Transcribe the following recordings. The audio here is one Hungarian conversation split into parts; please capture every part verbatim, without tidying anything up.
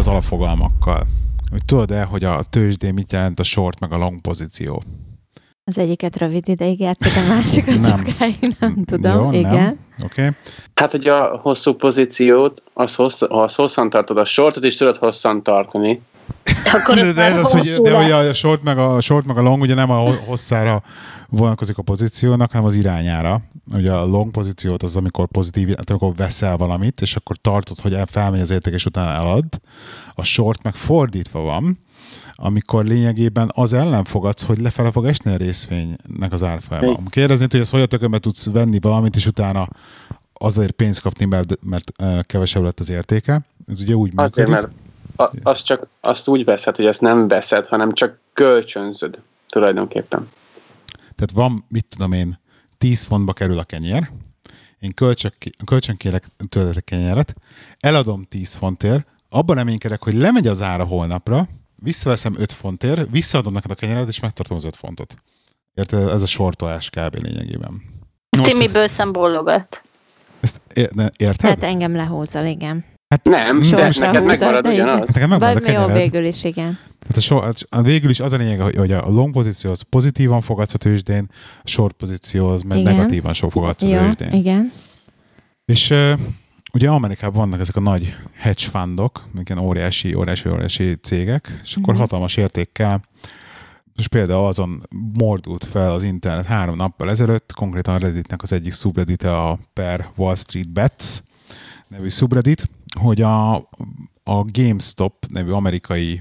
az alapfogalmakkal. Hogy tudod-e, hogy a tőzsdén mit jelent a short meg a long pozíció? Az egyiket rövid ideig játszik, a másikat sokáig, nem tudom. Jó, igen. Nem. Okay. Hát, hogy a hosszú pozíciót, az hossz, ha az hosszan tartod, a shortot is tudod hosszan tartani. De, de ez az, hogy, de, hogy a, short meg a short meg a long ugye nem a hosszára vonatkozik a pozíciónak, hanem az irányára. Ugye a long pozíciót az, amikor pozitív, amikor veszel valamit, és akkor tartod, hogy felmegy az érték, és utána elad. A short meg fordítva van, amikor lényegében az ellen fogadsz, hogy lefele fog esni a részvénynek az árfolyama. Kérdeznéd, hogy ezt hogy a tökönbe tudsz venni valamit, és utána azért pénzt kapni, mert, mert kevesebb lett az értéke. Ez ugye úgy működik. Azért, mert a, azt, csak, azt úgy veszed, hogy ezt nem veszed, hanem csak kölcsönzöd tulajdonképpen. Tehát van, mit tudom én, tíz fontba kerül a kenyér, én kölcsönkérek tőletek kenyeret, eladom tíz fontért, abban reménykedek, hogy lemegy az ára holnapra, visszaveszem öt fontért, visszaadom neked a kenyeret, és megtartom az öt fontot. Érted? Ez a sortolás kb. Lényegében. Ti miből szembólogat? Ezt érted? Hát engem lehúzol, igen. Hát nem, de neked megmarad ugyanaz. Vagy mi jó végül is, igen. Tehát a, so, a végül is az a lényeg, hogy a long pozíció az pozitívan fogadsz a tőzsdén, a short pozíció az meg negatívan sok fogadsz a tőzsdén. Igen. És uh, ugye Amerikában vannak ezek a nagy hedge fundok, ilyen óriási, óriási, óriási cégek, és akkor mm. hatalmas értékkel, és például azon mordult fel az internet három nappal ezelőtt, konkrétan a Redditnek az egyik subreddite a per Wall Street Bets nevű subreddit, hogy a, a GameStop nevű amerikai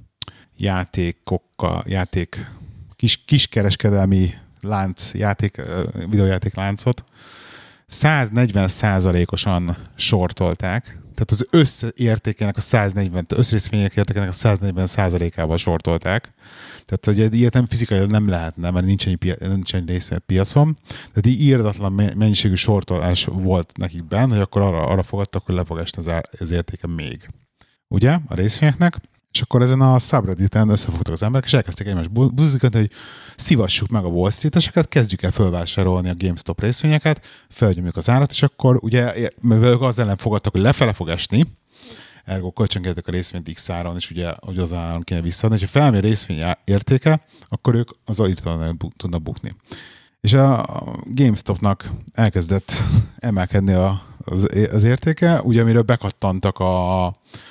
játékokkal, játék, kis, kiskereskedelmi lánc, játék, videójáték láncot száznegyven százalékosan sortolták, tehát az összértékének a száznegyven, összrészvények értékének a száznegyven százalékával sortolták. Tehát ugye ilyet nem fizikai nem lehetne, mert nincs egy, pia, nincs egy része piacon. Tehát így írdatlan mennyiségű sortolás volt nekik benne, hogy akkor arra, arra fogadtak, hogy le fog esni az, az értéke még. Ugye? A részvényeknek. És akkor ezen a subredditen összefogtak az emberek, és elkezdték egymást buzdítani, hogy szivassuk meg a Wall Street-eseket, kezdjük el fölvásárolni a GameStop részvényeket, felgyomjuk az árat, és akkor ugye, mert ők az ellen fogadtak, hogy lefele fog esni, ergo kölcsönkérdek a részvényt X áron, és ugye hogy az áron kéne visszaadni, és ha felmér a részvény értéke, akkor ők az írtalan tudnak bukni. És a GameStopnak elkezdett emelkedni a, az, az értéke, ugye amiről bekattantak a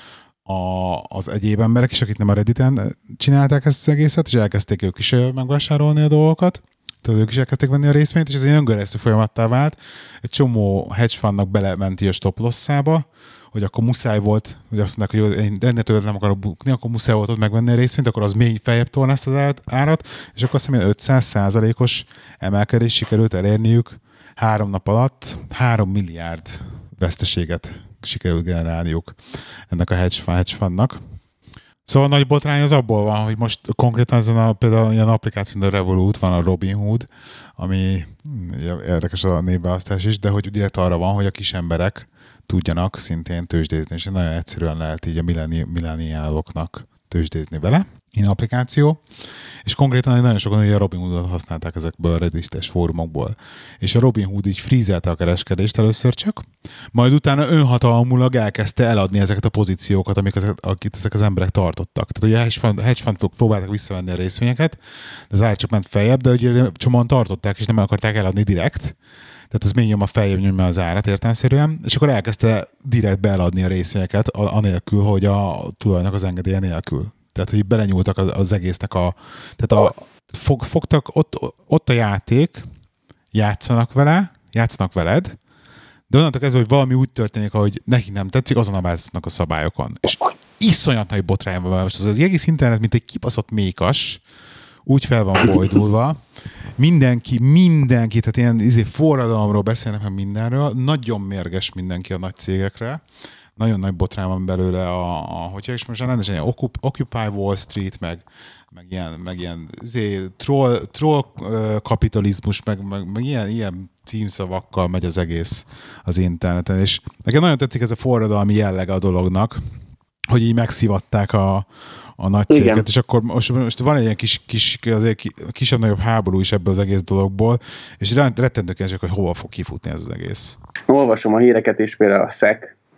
A, az egyéb emberek is, akik nem a Redditen csinálták ezt az egészet, és elkezdték ők is megvásárolni a dolgokat, tehát ők is elkezdték venni a részvényt, és ez egy öngeresztő folyamattá vált. Egy csomó hedge fundnak belementi a stop losszába, hogy akkor muszáj volt, hogy azt mondják, hogy én ennél többet nem akarok bukni, akkor muszáj volt ott megvenni a részvényt, akkor az még feljebb tolna ezt az árat, és akkor azt hiszem, ötszáz százalékos emelkedés sikerült elérniük három nap alatt, három milliárd veszteséget sikerült generálniuk ennek a hedge, fund, hedge fundnak. Szóval a nagy botrány az abból van, hogy most konkrétan ezen a, például ilyen applikáción a Revolut, van a Robinhood, ami érdekes a névválasztás is, de hogy direkt arra van, hogy a kis emberek tudjanak szintén tőzsdézni, és nagyon egyszerűen lehet így a milleniáloknak tőzsdézni vele. Ilyen applikáció, és konkrétan nagyon sokan ugye a Robinhoodot használták ezekből a Reddit-es fórumokból. És a Robinhood így frízelte a kereskedést először csak, majd utána önhatalmulag elkezdte eladni ezeket a pozíciókat, amik az, akit ezek az emberek tartottak. Tehát ugye a hedge fundok próbáltak visszavenni a részvényeket, de az ár csak ment feljebb, de ugye csomóan tartották, és nem akarták eladni direkt. Tehát az még nyom a feljebb nyomja az árat értelemszerűen, és akkor elkezdte direkt beeladni a részvényeket, anélkül, hogy a tulajnak az engedélye nélkül. Tehát, hogy belenyúltak az, az egésznek a... Tehát a, fog, fogtak, ott, ott a játék, játszanak vele, játszanak veled, de onnantól kezdve, hogy valami úgy történik, ahogy nekik nem tetszik, azonnal változtatnak a szabályokon. És iszonyat nagy botrányban van most. Az, az egész internet, mint egy kibaszott mékas, úgy fel van bojdulva. Mindenki, mindenki, tehát ilyen izé, forradalomról beszélnek meg mindenről. Nagyon mérges mindenki a nagy cégekre. Nagyon nagy botrány van belőle a, a hogyha is most rendesen ilyen Occupy Wall Street, meg, meg ilyen, meg ilyen izé, troll, troll uh, kapitalizmus, meg, meg, meg ilyen, ilyen címszavakkal megy az egész az interneten. És nekem nagyon tetszik ez a forradalmi jellege a dolognak, hogy így megszivatták a, a nagy cégeket, igen. És akkor most, most van egy ilyen kis, kis, kisebb-nagyobb háború is ebből az egész dologból, és rettentő kérdések, hogy hova fog kifutni ez az egész. Olvasom a híreket is, például a es e cé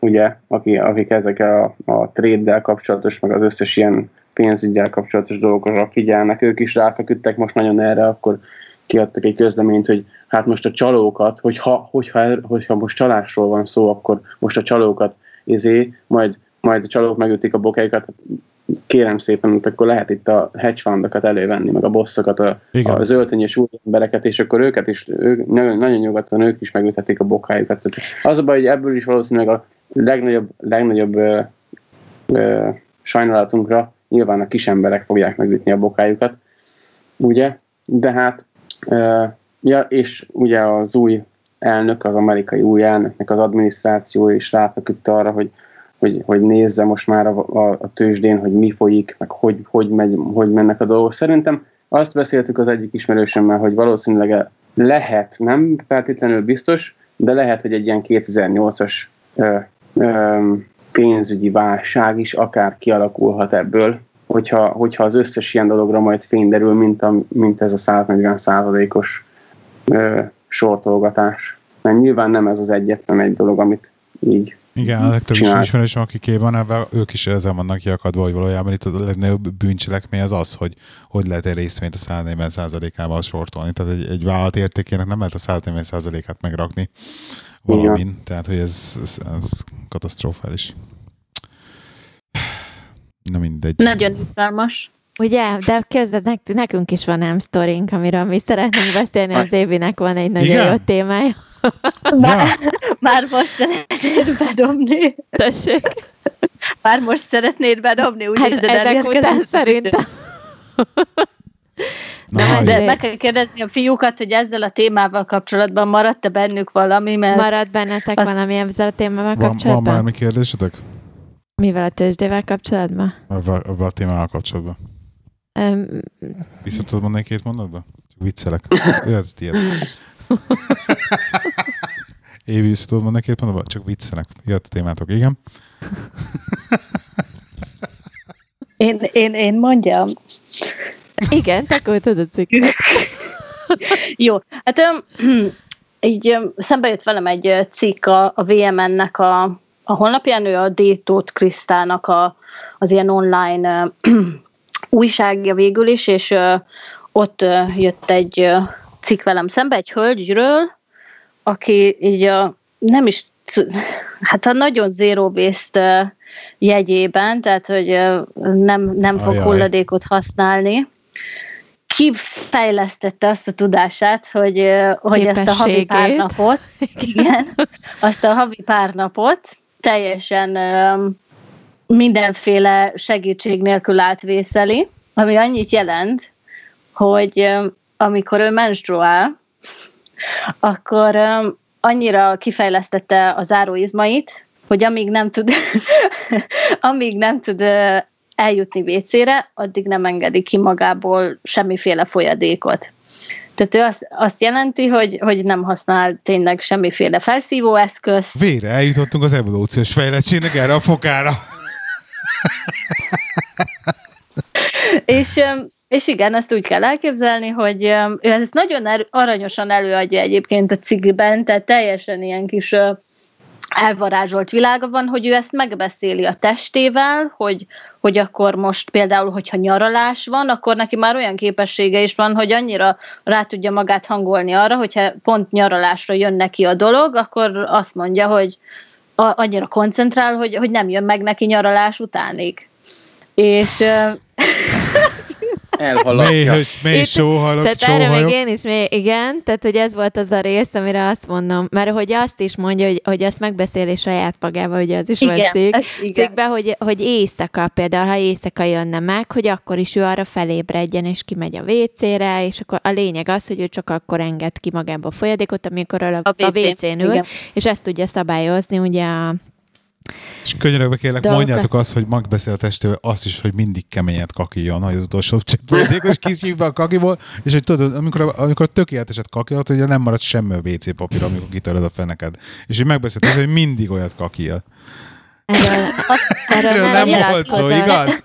ugye, akik, akik ezek a, a trade-del kapcsolatos, meg az összes ilyen pénzügyel kapcsolatos dolgokra figyelnek, ők is ráfeküdtek most nagyon erre, akkor kiadtak egy közleményt, hogy hát most a csalókat, hogyha, hogyha, hogyha most csalásról van szó, akkor most a csalókat izé, majd, majd a csalók megütik a bokáikat, kérem szépen, akkor lehet itt a hedge fundokat elővenni, meg a bosszokat, a, a zöldtönyös új embereket, és akkor őket is, ők, nagyon, nagyon nyugodtan ők is megüthetik a bokájukat. Az a baj, hogy ebből is valószínűleg a legnagyobb, legnagyobb ö, ö, sajnálatunkra nyilván a kis emberek fogják megütni a bokájukat, ugye? De hát, ö, ja, és ugye az új elnök, az amerikai új elnöknek az adminisztráció is ráfeküdt arra, hogy Hogy, hogy nézze most már a, a, a tőzsdén, hogy mi folyik, meg hogy, hogy, megy, hogy mennek a dolgok. Szerintem azt beszéltük az egyik ismerősömmel, hogy valószínűleg lehet, nem feltétlenül biztos, de lehet, hogy egy ilyen kétezer-nyolcas ö, ö, pénzügyi válság is akár kialakulhat ebből, hogyha, hogyha az összes ilyen dologra majd fény derül, mint, a, mint ez a száznegyven százalékos ö, sortolgatás. Mert nyilván nem ez az egyetlen egy dolog, amit így igen, a legtöbb is ismerősöm, akiké van ebben, ők is ezzel vannak kiakadva, hogy valójában itt a legnagyobb bűncselekmény az az, hogy hogy lehet egy részvényt a száznegyven százalékával sortolni. Tehát egy, egy vállalat értékének nem lehet a száznegyven százalékát megrakni valamin. Igen. Tehát, hogy ez, ez, ez katasztrofális. Na mindegy. Nagyon izgalmas. Ugye, de közben nekünk is van ám sztorink, amiről mi szeretnénk beszélni, az Évinek van egy nagyon igen? jó témája. Már, ja. már most szeretnéd bedobni. Tessék. Már most szeretnéd bedobni, úgy hát érzed, ezek után szerintem. Na, de meg kell kérdezni a fiúkat, hogy ezzel a témával kapcsolatban maradt-e bennük valami, mert... Maradt bennetek azt... valami ezzel a témával van, kapcsolatban? Van már mi kérdésetek? Mivel a tőzsdével kapcsolatban? Ebben a témával kapcsolatban. Um... Vissza tudod mondani két mondatba? Csak viccelek. Jöhet tiéd. Évi, vissza tudod mondani két mondatba? Csak viccelek. Jöhet a témátok, igen? Én, én, én mondjam. Igen, te küldted a cikket. Jó, hát um, így um, szembe jött velem egy cikk a, a vé em en-nek a, a honlapján, ő a D. Tóth Krisztának a, az ilyen online uh, újságja végül is, és uh, ott uh, jött egy uh, cikk velem szembe, egy hölgyről, aki így a, nem is, hát a nagyon zero waste uh, jegyében, tehát hogy uh, nem, nem fog Ajaj. hulladékot használni, kifejlesztette azt a tudását, hogy, hogy ezt a havi pár napot, igen, azt a havi pár napot teljesen um, mindenféle segítség nélkül átvészeli, ami annyit jelent, hogy um, amikor ő menstruál, akkor um, annyira kifejlesztette a záróizmait, hogy amíg nem tud, amíg nem tud uh, eljutni vécére, addig nem engedi ki magából semmiféle folyadékot. Tehát ő azt, azt jelenti, hogy, hogy nem használ tényleg semmiféle felszívó eszközt. Végre eljutottunk az evolúciós fejlettségnek erre a fokára. és, és igen, ezt úgy kell elképzelni, hogy ő ezt nagyon aranyosan előadja egyébként a cikkben, tehát teljesen ilyen kis elvarázsolt világa van, hogy ő ezt megbeszéli a testével, hogy, hogy akkor most például, hogyha nyaralás van, akkor neki már olyan képessége is van, hogy annyira rá tudja magát hangolni arra, hogyha pont nyaralásra jön neki a dolog, akkor azt mondja, hogy a, annyira koncentrál, hogy, hogy nem jön meg neki nyaralás utánig. És... elhaladja. Mély sóhalok, tehát erre még én is, még, igen, tehát hogy ez volt az a rész, amire azt mondom, mert hogy azt is mondja, hogy, hogy azt megbeszéli saját magával, ugye az is igen, volt cikk, cikkben, hogy, hogy éjszaka, például ha éjszaka jönne meg, hogy akkor is ő arra felébredjen, és kimegy a vécére, és akkor a lényeg az, hogy ő csak akkor enged ki magába a folyadékot, amikor a, a, a vécén ül, igen. És ezt tudja szabályozni, ugye a és könyörögbe kérlek, dolgokat. Mondjátok azt, hogy megbeszél a testével azt is, hogy mindig keményet kakiljon, hogy az utolsó cseppfolyadékos kiszívva a kakiból, és hogy tudod, amikor, amikor tökéleteset kakilt, hogy nem marad semmi a vé cé papír, amikor kitöröd a feneked. És hogy megbeszélt azt, hogy mindig olyat kakil. Erről, erről, erről nem, nem volt szó, igaz?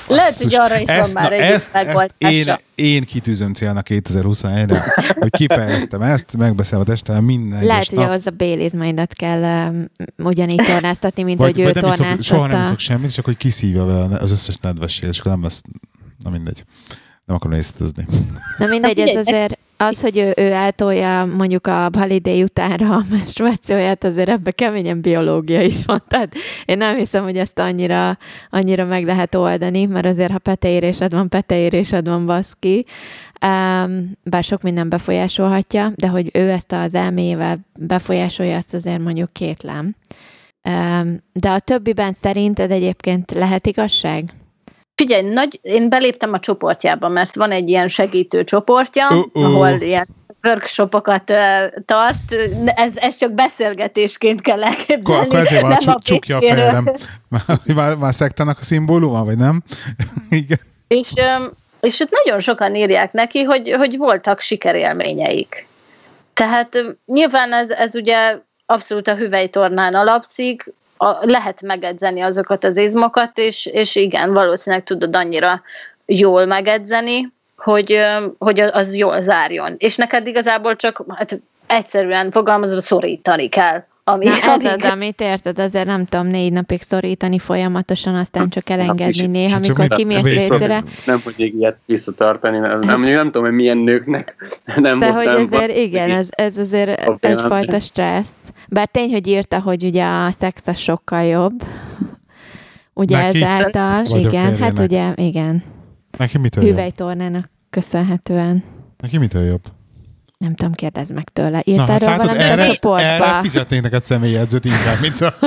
Lehet, hogy arra is ezt, van már na, egy ezt, ezt én, én kitűzöm célnak kétezer-huszonegyre, hogy kifejeztem ezt, megbeszélve a testem minden Lehet, egyes hogy nap. ahhoz a bélizmaidat kell um, ugyanígy tornáztatni, mint vagy, hogy ő vagy nem tornáztatta. Iszok, soha nem iszok semmit, csak hogy kiszívja vele az összes nedvesség, és akkor nem lesz, na mindegy. Nem akarom részletezni. Na mindegy, ez azért az, hogy ő, ő eltolja mondjuk a holiday utánra a menstruációját, azért ebbe keményen biológia is van. Tehát én nem hiszem, hogy ezt annyira, annyira meg lehet oldani, mert azért, ha peteérésed van, peteérésed van, baszki. Um, bár sok minden befolyásolhatja, de hogy ő ezt az elméjével befolyásolja, ezt azért mondjuk kétlem. Um, de a többiben szerinted egyébként lehet igazság? Figyelj, nagy, én beléptem a csoportjába, mert van egy ilyen segítő csoportja, Uh-oh. ahol ilyen workshopokat uh, tart. Ez, ez csak beszélgetésként kell elképzelni. Akkor ezért van, nem a csukja a fejem. Már, már szektának a szimbóluma, vagy nem? Igen. És, és ott nagyon sokan írják neki, hogy, hogy voltak sikerélményeik. Tehát nyilván ez, ez ugye abszolút a hüvelytornán alapszik, a, lehet megedzeni azokat az izmokat, és, és igen, valószínűleg tudod annyira jól megedzeni, hogy, hogy az jól zárjon. És neked igazából csak hát egyszerűen fogalmazva szorítani kell. Ami, Na, ez amíg... az, amit érted, azért nem tudom négy napig szorítani folyamatosan, aztán csak elengedni néha, amikor kimész létre. Nem tudjuk ilyet visszatartani, nem, nem, nem tudom, hogy milyen nőknek nem de volt, hogy nem azért van. igen, ez, ez azért Okay, egyfajta stressz. Bár tény, hogy írta, hogy ugye a szex az sokkal jobb. Ugye Neki? ezáltal, Vagy a igen, hát férjének? ugye, igen. Neki mitől jobb? Hüvelytornának köszönhetően. Neki mitől jobb? Nem tudom, kérdezz meg tőle. Írt Na, hát erről látod, valamit erre, a csoportba? erre fizetnék neked személyjegyzőt inkább, mint a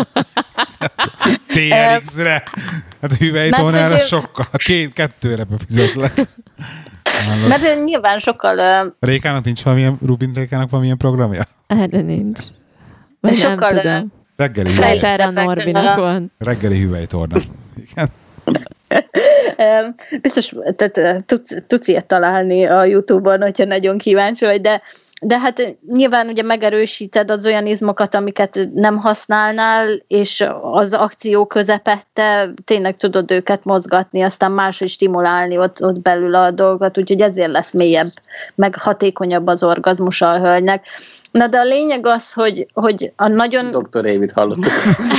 té er iksz-re. Hát a hüvelytornára Mert, sokkal. Két, kettőre befizetlek. Mert nyilván sokkal... Uh, Rékának nincs valamilyen, Rubin Rékának valamilyen programja? Erre nincs. Vagy nem sokkal tudom. Reggeli Lehet hüvely. erre a Norbinak van. Reggeli hüvelytorna. Igen. Biztos, tehát tudsz, tudsz ilyet találni a YouTube-on, hogyha nagyon kíváncsi vagy, de, de hát nyilván ugye megerősíted az olyan izmokat, amiket nem használnál, és az akció közepette tényleg tudod őket mozgatni, aztán máshogy stimulálni ott, ott belül a dolgot, úgyhogy ezért lesz mélyebb, meg hatékonyabb az orgazmus a hölgynek. Na de a lényeg az, hogy, hogy a nagyon... doktor Évit hallottuk.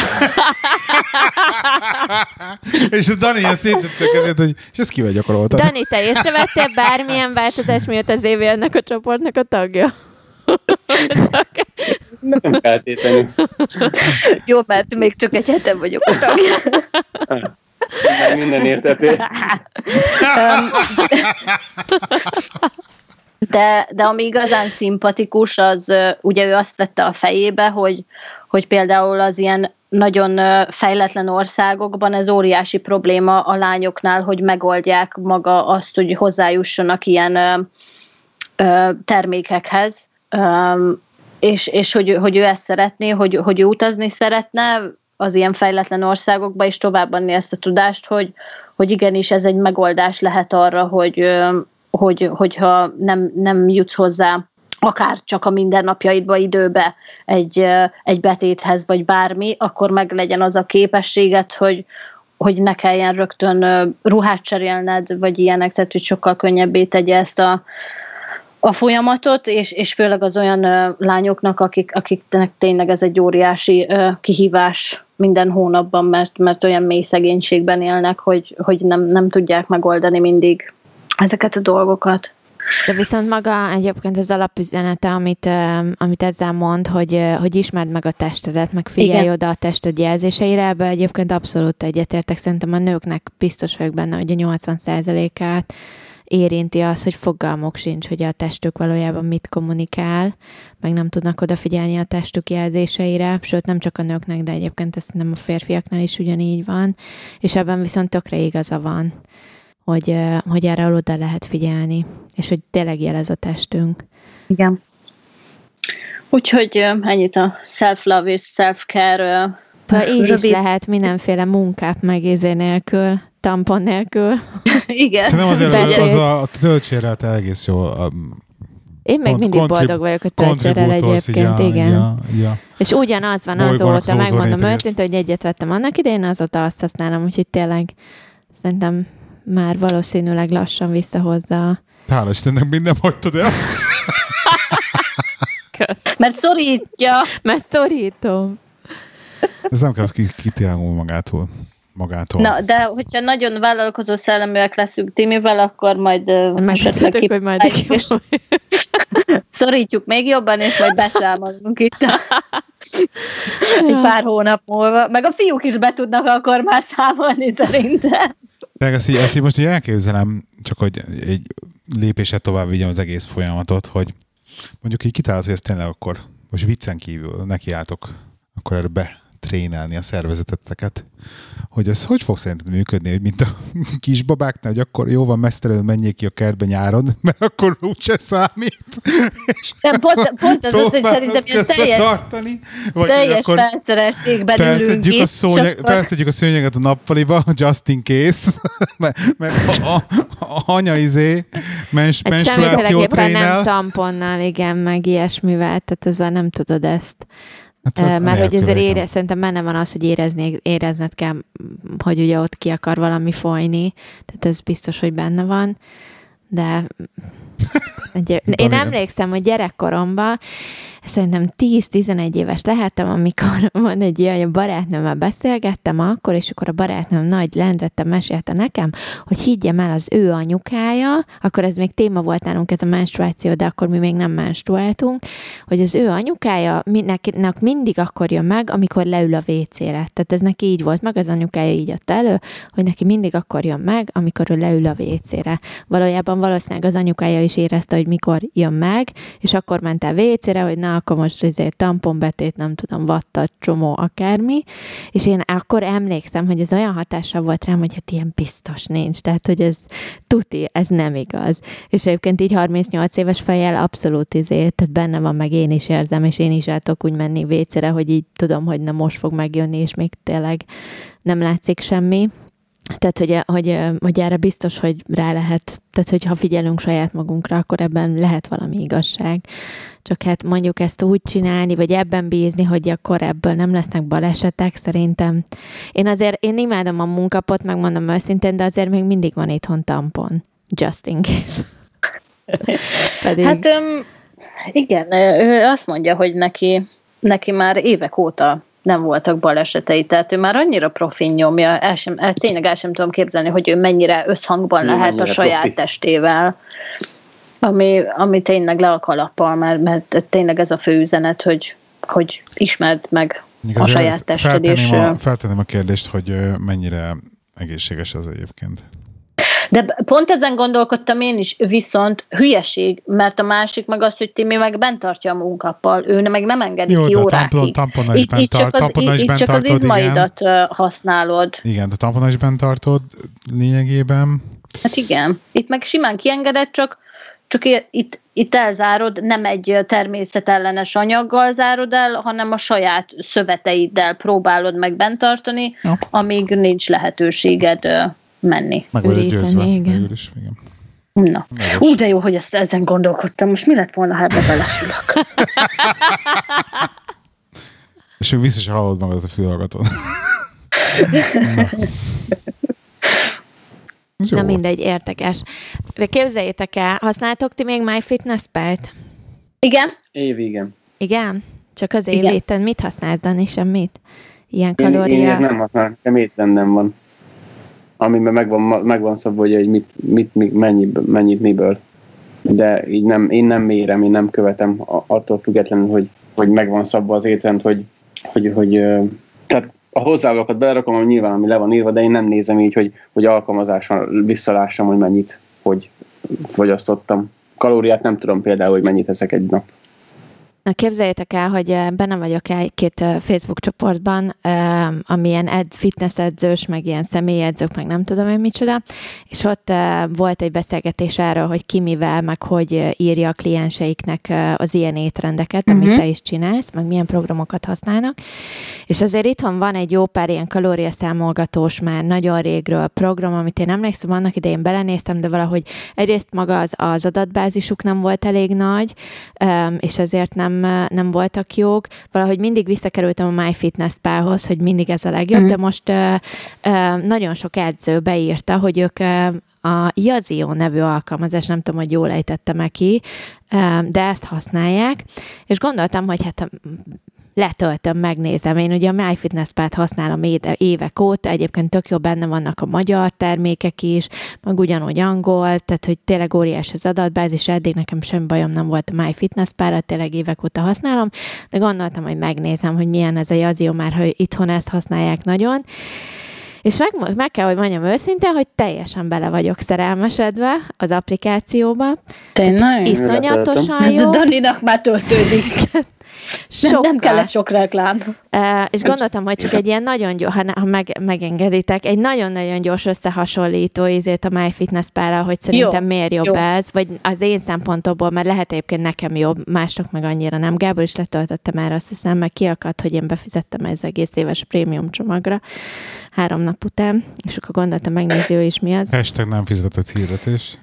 És a Dani ilyen szétette a kezét, hogy és ezt kivel gyakoroltad? Dani, te észrevettél bármilyen változás miatt az évi ennek a csoportnak a tagja? Csak... Nem feltétlenül. Jó, mert még csak egy hete vagyok a tagja. Minden értető. De, de ami igazán szimpatikus, az ugye ő azt vette a fejébe, hogy, hogy például az ilyen nagyon fejletlen országokban ez óriási probléma a lányoknál, hogy megoldják maga azt, hogy hozzájussanak ilyen ö, ö, termékekhez, ö, és, és hogy, hogy ő ezt szeretné, hogy, hogy ő utazni szeretne az ilyen fejletlen országokba, és továbbadni ezt a tudást, hogy, hogy igenis ez egy megoldás lehet arra, hogy ö, hogy, hogyha nem, nem jutsz hozzá akár csak a mindennapjaidba időbe egy, egy betéthez, vagy bármi, akkor meg legyen az a képességet, hogy, hogy ne kelljen rögtön ruhát cserélned, vagy ilyenek, tehát hogy sokkal könnyebbé tegye ezt a, a folyamatot, és, és főleg az olyan lányoknak, akik, akiknek tényleg ez egy óriási kihívás minden hónapban, mert, mert olyan mély szegénységben élnek, hogy, hogy nem, nem tudják megoldani mindig ezeket a dolgokat. De viszont maga egyébként az alapüzenete, amit, amit ezzel mond, hogy, hogy ismerd meg a testedet, meg figyelj Igen. oda a tested jelzéseire, ebbe egyébként abszolút egyetértek. Szerintem a nőknek biztos vagyok benne, hogy a nyolcvan százalékát érinti az, hogy fogalmuk sincs, hogy a testük valójában mit kommunikál, meg nem tudnak odafigyelni a testük jelzéseire, sőt nem csak a nőknek, de egyébként ezt nem a férfiaknál is ugyanígy van, és ebben viszont tökre igaza van, hogy, hogy erre oda lehet figyelni, és hogy tényleg jelez a testünk. Igen. Úgyhogy ennyit a self-love és self-care. Szóval így is lehet mindenféle munkát megézé nélkül, tampon nélkül. Igen. Szerintem azért az, az a, a töltsérrel te egész jó. A, Én még mindig kontrib- boldog vagyok a töltsérrel egyébként, ja, igen. Ja, ja. És ugyanaz van azóta, megmondom őszintén, hogy egyet vettem annak idején, azóta azt használom, úgyhogy tényleg szerintem már valószínűleg lassan visszahozza. Hála Istennek minden hagytad el. Kösz. Mert szorítja. Mert szorítom. Ez nem kell, az kitágul magától. magától. Na, de hogyha nagyon vállalkozó szelleműek leszünk Timivel, akkor majd esetleg kip... hogy majd és szorítjuk még jobban, és majd beszámolunk itt egy pár hónap múlva. Meg a fiúk is be tudnak akkor már számolni szerintem. De ezt így, ezt így most így elképzelem, csak hogy egy lépéset tovább vigyem az egész folyamatot, hogy mondjuk így kitálod, hogy ezt tényleg akkor most viccen kívül nekiálltok, akkor erre betrénelni a szervezeteteket, hogy ez hogy fog szerinted működni, hogy mint a kisbabáknál, hogy akkor jó van, mesztelenül menjék ki a kertbe nyáron, mert akkor úgyse számít. Nem, pont, pont az az, hogy szerintem ilyen teljes, tartani, vagy teljes felszereltségben ülünk itt. A szónyeg, akkor... Felszedjük a szőnyeget a nappaliba, just in case, mert, mert a, a, a anya izé mens, menstruációt trénel. Nem tamponnál, igen, meg ilyesmivel, tehát ezzel nem tudod ezt. Hát, mert hogy azért ére, szerintem benne van az, hogy érezni, érezned kell, hogy ugye ott ki akar valami folyni, tehát ez biztos, hogy benne van, de egy, én emlékszem, hogy gyerekkoromban szerintem tíz-tizenegy éves lehettem, amikor van egy ilyen, hogy a barátnőmmel beszélgettem akkor, és akkor a barátnőm nagy lendvettem mesélte nekem, hogy higgyem el, az ő anyukája, akkor ez még téma volt nálunk ez a menstruáció, de akkor mi még nem menstruáltunk, hogy az ő anyukája nek mindig akkor jön meg, amikor leül a vécére. Tehát ez neki így volt meg, az anyukája így adta elő, hogy neki mindig akkor jön meg, amikor ő leül a vécére. Valójában valószínűleg az anyukája is érezte, hogy mikor jön meg, és akkor ment el vécére, hogy na, akkor most ezért tamponbetét, nem tudom, vatta, csomó, akármi, és én akkor emlékszem, hogy ez olyan hatással volt rám, hogy hát ilyen biztos nincs, tehát, hogy ez tuti, ez nem igaz. És egyébként így harmincnyolc éves fejjel abszolút izé, tehát benne van, meg én is érzem, és én is el tudok úgy menni vécére, hogy így tudom, hogy na most fog megjönni, és még tényleg nem látszik semmi. Tehát, hogy, hogy, hogy erre biztos, hogy rá lehet, tehát, hogy ha figyelünk saját magunkra, akkor ebben lehet valami igazság. Csak hát mondjuk ezt úgy csinálni, vagy ebben bízni, hogy akkor ebből nem lesznek balesetek, szerintem. Én azért, én imádom a munkapot, megmondom őszintén, de azért még mindig van itthon tampon. Just in case. Pedig... Hát um, igen, ő azt mondja, hogy neki, neki már évek óta nem voltak balesetei, tehát ő már annyira profin nyomja, el sem, el, tényleg el sem tudom képzelni, hogy ő mennyire összhangban lehet mennyire a saját profi. testével, ami, ami tényleg le a kalappal, mert, mert tényleg ez a fő üzenet, hogy, hogy ismerd meg Igaz, a saját tested. És a, feltenném a kérdést, hogy mennyire egészséges ez egyébként. De pont ezen gondolkodtam én is, viszont hülyeség, mert a másik meg az, hogy Timi meg bent tartja a munkappal, ő meg nem engedi Jó, ki órákig. Tamponnal is bent tart, tamponnal is bent csak tartod, az izmaidat igen. használod. Igen, de tamponnal is bent tartod lényegében. Hát igen. Itt meg simán kiengedett, csak, csak itt, itt elzárod, nem egy természetellenes anyaggal zárod el, hanem a saját szöveteiddel próbálod meg bent tartani, ja. amíg nincs lehetőséged menni. Meg vagy győzve. Igen. Is, igen. Na. Ú, de jó, hogy ezt ezen gondolkodtam. Most mi lett volna, ha ebbe belesülök? És még vissza se hallod magad a fülhallgatón. Na. Na mindegy, értekes. De képzeljétek el, használtok ti még MyFitnessPal-t? Igen. Év, igen. Igen? Csak az év éten mit használsz, Dani, semmit? Ilyen kalória? Én, én nem használom, nem étrendem van. Amiben megvan, megvan szabva, hogy mit, mit, mit, mennyi, mennyit miből. De így nem, én nem mérem, én nem követem attól függetlenül, hogy, hogy megvan szabva az étrend, hogy, hogy, hogy tehát a hozzávalókat belerakom, ami nyilván ami le van írva, de én nem nézem így, hogy, hogy alkalmazáson visszalássam, hogy mennyit, hogy fogyasztottam. Kalóriát nem tudom például, hogy mennyit eszek egy nap. Na képzeljétek el, hogy benne vagyok egy-két Facebook csoportban, amilyen ed, fitness edzős, meg ilyen személyedzők, meg nem tudom én micsoda, és ott volt egy beszélgetés arról, hogy ki mivel, meg hogy írja a klienseiknek az ilyen étrendeket, uh-huh. amit te is csinálsz, meg milyen programokat használnak, és azért itthon van egy jó pár ilyen kalóriaszámolgatós már nagyon régről program, amit én emlékszem, annak idején belenéztem, de valahogy egyrészt maga az, az adatbázisuk nem volt elég nagy, és ezért nem nem, nem voltak jók. Valahogy mindig visszakerültem a MyFitnessPalhoz, hogy mindig ez a legjobb, mm. de most uh, uh, nagyon sok edző beírta, hogy ők uh, a Yazio nevű alkalmazás, nem tudom, hogy jól ejtettem-e ki, uh, de ezt használják, és gondoltam, hogy hát letöltöm, megnézem. Én ugye a MyFitnessPal-t használom évek óta, egyébként tök jó, benne vannak a magyar termékek is, meg ugyanúgy angol, tehát hogy tényleg óriás az adatbázis, eddig nekem semmi bajom nem volt a MyFitnessPal-ra, tényleg évek óta használom, de gondoltam, hogy megnézem, hogy milyen ez a Yazio, már hogy itthon ezt használják nagyon. És meg, meg kell, hogy mondjam őszintén, hogy teljesen bele vagyok szerelmesedve az applikációba. Tényleg? Iszonyatosan jó. Daninak már töltődik. Nem, nem kellett sok reklám. Uh, és gondoltam, hogy csak egy ilyen nagyon gyors, ha, ha meg, megengeditek, egy nagyon-nagyon gyors összehasonlító ízét a MyFitnessPal-ra, hogy szerintem jó, miért jobb jó. ez, vagy az én szempontomból, mert lehet egyébként nekem jobb, másnak meg annyira nem. Gábor is letöltöttem erre, azt hiszem, meg kiakadt, hogy én befizettem ez egész éves prémium csomagra három nap után, és akkor gondoltam, megnézni ő is mi az. Hashtag nem fizetett hirdetés.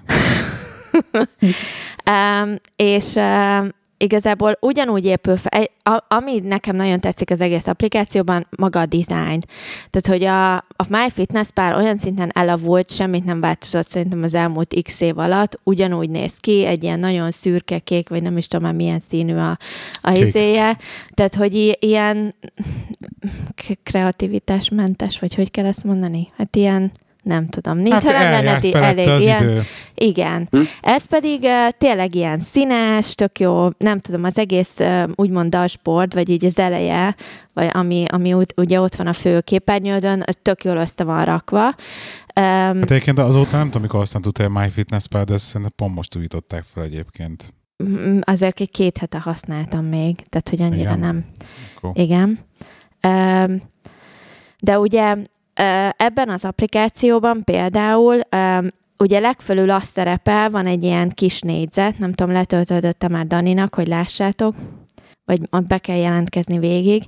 um, és um, igazából ugyanúgy épül fel, ami nekem nagyon tetszik az egész applikációban, maga a design. Tehát, hogy a, a MyFitnessPal olyan szinten elavult, semmit nem változott szerintem az elmúlt x év alatt, ugyanúgy néz ki, egy ilyen nagyon szürke, kék, vagy nem is tudom már milyen színű a, a izéje. Tehát, hogy i- ilyen kreativitásmentes, vagy hogy kell ezt mondani? Hát ilyen nem tudom, nincs, hát ha nem lenne elég ilyen. Idő. Igen. Hm? Ez pedig uh, tényleg ilyen színes, tök jó, nem tudom, az egész uh, úgymond dashboard, vagy így az eleje, vagy ami, ami úgy, ugye ott van a fő képernyődön, az tök jól össze van rakva. Um, hát egyébként azóta nem tudom, mikor aztán tudta a MyFitnessPal, de ezt szerintem pont most újították fel egyébként. Azért egy két hete használtam még, tehát hogy annyira igen. nem. Cool. Igen. Um, de ugye ebben az applikációban például ugye legfölül azt szerepel, van egy ilyen kis négyzet, nem tudom, letöltöttem már Daninak, hogy lássátok, vagy be kell jelentkezni végig.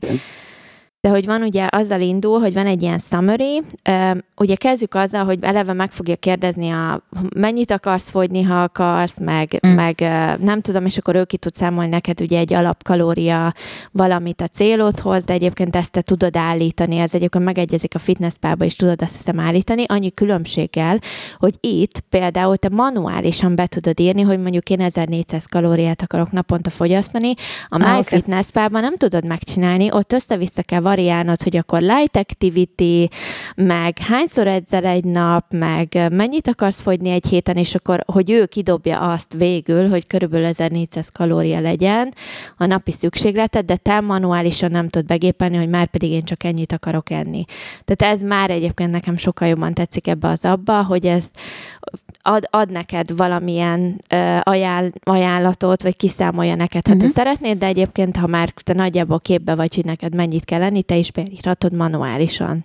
De hogy van ugye, azzal indul, hogy van egy ilyen summary, ugye kezdjük azzal, hogy eleve meg fogja kérdezni, a, mennyit akarsz fogyni, ha akarsz, meg, mm. meg nem tudom, és akkor ő ki tud számolni neked ugye egy alapkalória valamit a célodhoz, de egyébként ezt te tudod állítani, ez egyébként megegyezik a FitnessPal-ba is tudod azt hiszem állítani, annyi különbséggel, hogy itt például te manuálisan be tudod írni, hogy mondjuk én ezernégyszáz kalóriát akarok naponta fogyasztani, a ah, MyFitnessPal-ban nem tudod megcsinálni, ott össze-vissza kell variálnod, hogy akkor light activity, meg hányszor edzel egy nap, meg mennyit akarsz fogyni egy héten, és akkor, hogy ő kidobja azt végül, hogy körülbelül ezernégyszáz kalória legyen a napi szükségleted, de te manuálisan nem tudod begépelni, hogy már pedig én csak ennyit akarok enni. Tehát ez már egyébként nekem sokkal jobban tetszik ebbe az abba, hogy ez ad, ad neked valamilyen uh, ajánl, ajánlatot, vagy kiszámolja neked, ha uh-huh. te szeretnéd, de egyébként, ha már te nagyjából képbe vagy, hogy neked mennyit kell lenni, te is beírhatod manuálisan.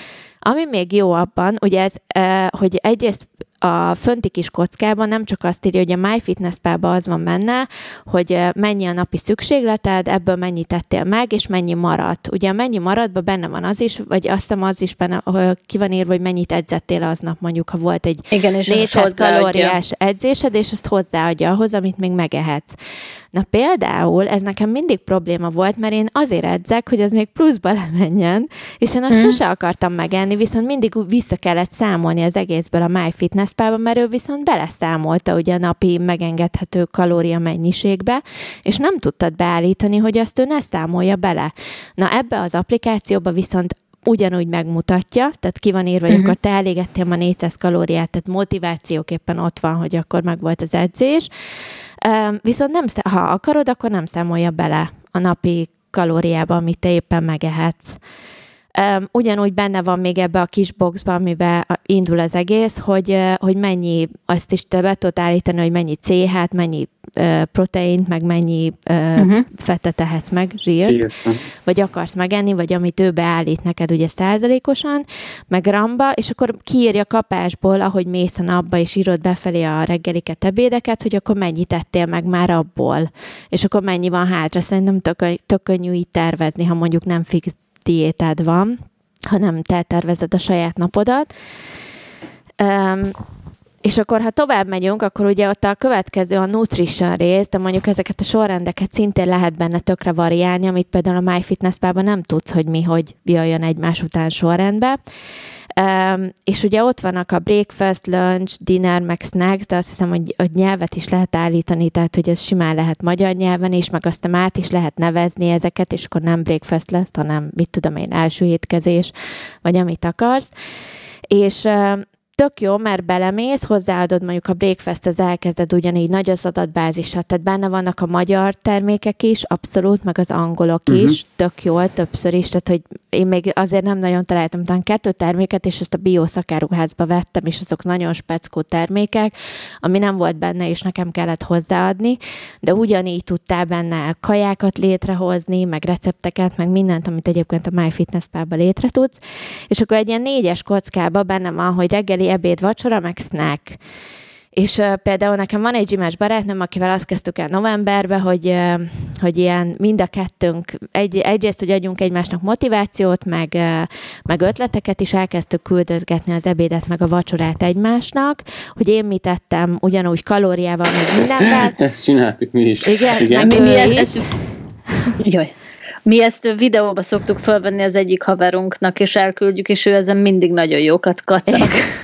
Ami még jó abban, ugye ez, uh, hogy egyrészt a fönti kis kockában nem csak azt írja, hogy a MyFitnessPal-ban az van benne, hogy mennyi a napi szükségleted, ebből mennyit tettél meg, és mennyi maradt. Ugye a mennyi maradtban benne van az is, vagy azt hiszem az is benne, ki van írva, hogy mennyit edzettél aznap, mondjuk, ha volt egy igen, négyszáz kalóriás edzésed, és azt hozzáadja ahhoz, amit még megehetsz. Na például ez nekem mindig probléma volt, mert én azért edzek, hogy az még pluszba lemenjen, és én azt hmm. sose akartam megenni, viszont mindig vissza kellett számolni az egészből a MyFitnessPal-ban, mert ő viszont beleszámolta ugye a napi megengedhető kalória mennyiségbe, és nem tudtad beállítani, hogy azt ő ne számolja bele. Na ebbe az applikációba viszont ugyanúgy megmutatja, tehát ki van írva, hogy uh-huh. akkor te elégettél ma négyszáz kalóriát, tehát motivációképpen ott van, hogy akkor meg volt az edzés. Um, viszont nem, ha akarod, akkor nem számolja bele a napi kalóriába, amit te éppen megehetsz. Um, ugyanúgy benne van még ebbe a kis boxba, amiben indul az egész, hogy, hogy mennyi, azt is te be tudod állítani, hogy mennyi cé há-t, mennyi uh, proteint, meg mennyi uh, uh-huh. fettet tehetsz meg, zsírt, Igen. vagy akarsz megenni, vagy amit ő beállít neked ugye százalékosan, meg gramba, és akkor kiírja kapásból, ahogy mész a napba, és írod befelé a reggeliket, ebédeket, hogy akkor mennyit tettél meg már abból, és akkor mennyi van hátra. Szerintem tök, tök könnyű így tervezni, ha mondjuk nem fix diétád van, hanem te tervezed a saját napodat. Um, és akkor, ha tovább megyünk, akkor ugye ott a következő a nutrition rész, de mondjuk ezeket a sorrendeket szintén lehet benne tökre variálni, amit például a MyFitnessPal-ban nem tudsz, hogy mi, hogy jöjjön egymás után sorrendbe. Um, és ugye ott vannak a breakfast, lunch, dinner, meg snacks, de azt hiszem, hogy, hogy nyelvet is lehet állítani, tehát hogy ez simán lehet magyar nyelven is, meg aztán át is lehet nevezni ezeket, és akkor nem breakfast lesz, hanem mit tudom én, első étkezés, vagy amit akarsz. És um, tök jó, mert belemész, hozzáadod mondjuk a breakfasthez, elkezded ugyanígy nagy az adatbázisat, tehát benne vannak a magyar termékek is, abszolút, meg az angolok uh-huh. is, tök jól, többször is, tehát hogy én még azért nem nagyon találtam, talán kettő terméket, és ezt a bio szakáruházba vettem, és azok nagyon speckó termékek, ami nem volt benne, és nekem kellett hozzáadni, de ugyanígy tudtál benne kajákat létrehozni, meg recepteket, meg mindent, amit egyébként a MyFitnessPal-ba létre tudsz, és akkor egy ilyen négyes kockába benne van, hogy reggeli, ebéd, vacsora, meg snack. És uh, például nekem van egy gymes barátnőm, akivel azt kezdtük el novemberben, hogy, uh, hogy ilyen mind a kettőnk, egy, egyrészt, hogy adjunk egymásnak motivációt, meg, uh, meg ötleteket is, elkezdtük küldözgetni az ebédet, meg a vacsorát egymásnak, hogy én mit tettem ugyanúgy kalóriával, meg mindenvel. Ezt csináltuk mi is. Igen, Igen. meg mi, ő mi is. ezt, jaj. Mi ezt videóba szoktuk fölvenni az egyik haverunknak, és elküldjük, és ő ezen mindig nagyon jókat kacag.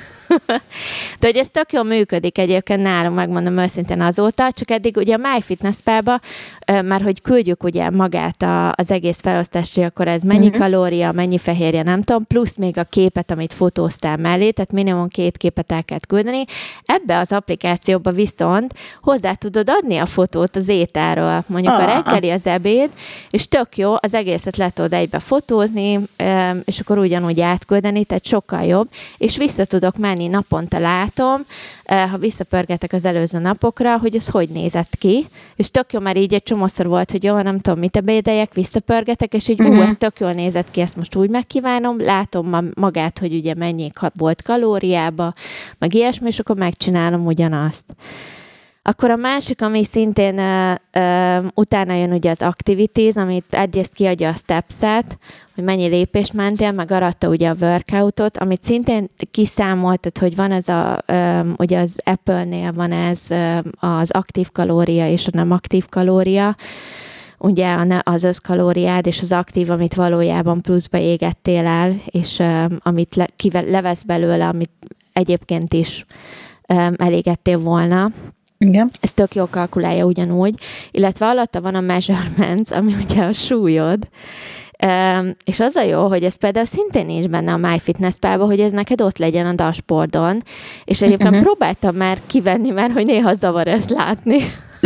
De hogy ez tök jól működik egyébként nálunk, megmondom őszintén azóta, csak eddig ugye a MyFitnessPal-ba, már hogy küldjük ugye magát a, az egész felosztást, hogy akkor ez mennyi uh-huh. kalória, mennyi fehérje, nem tudom, plusz még a képet, amit fotóztál mellé, tehát minimum két képet el kell küldeni. Ebbe az applikációba viszont hozzá tudod adni a fotót az ételről, mondjuk ah. a reggeli, az ebéd, és tök jó, az egészet le tudod egybe fotózni, és akkor ugyanúgy átküldeni, tehát sokkal jobb, és vissza tudok menni naponta látom, ha visszapörgetek az előző napokra, hogy ez hogy nézett ki, és tök jó, már így egy csomószor volt, hogy jó, nem tudom, mit ebédeljek, visszapörgetek, és így, uh-huh. ú, ez tök jól nézett ki, ezt most úgy megkívánom, látom magát, hogy ugye mennyi volt kalóriába, meg ilyesmi, és akkor megcsinálom ugyanazt. Akkor a másik, ami szintén uh, uh, utána jön ugye az activities, amit egyrészt kiadja a steps-et, hogy mennyi lépést mentél, meg aratta ugye a workoutot, amit szintén kiszámoltad, hogy van ez a, um, ugye az Apple-nél van ez um, az aktív kalória és a nem aktív kalória, ugye az összkalóriád és az aktív, amit valójában pluszba égettél el, és um, amit le, kive, levesz belőle, amit egyébként is um, elégettél volna. Igen. Ez tök jól kalkulálja ugyanúgy, illetve alatta van a measurements, ami ugye a súlyod, um, és az a jó, hogy ez például szintén nincs benne a MyFitnessPal-ban, hogy ez neked ott legyen a dashboardon, és egyébként uh-huh. próbáltam már kivenni, mert hogy néha zavar ezt látni.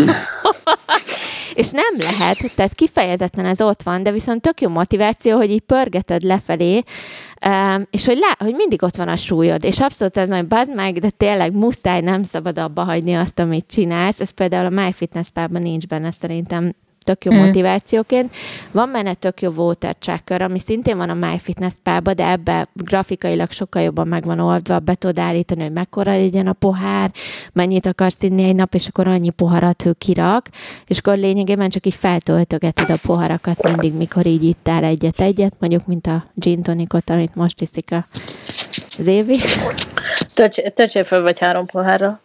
És nem lehet, tehát kifejezetten ez ott van, de viszont tök jó motiváció, hogy így pörgeted lefelé, um, és hogy, lá, hogy mindig ott van a súlyod, és abszolút ez majd bazd meg, de tényleg muszáj, nem szabad abba hagyni azt, amit csinálsz. Ez például a MyFitnessPal-ban nincs benne szerintem tök jó mm. motivációként. Van benne tök jó water tracker, ami szintén van a MyFitnessPal-ban, de ebbe grafikailag sokkal jobban meg van oldva, be tudod állítani, hogy mekkora legyen a pohár, mennyit akarsz inni egy nap, és akkor annyi poharat ő kirak, és akkor lényegében csak így feltöltögeted a poharakat mindig, mikor így ittál egyet-egyet, mondjuk, mint a gin tonicot, amit most iszik a az Évi. Töltsél fel vagy három pohárra.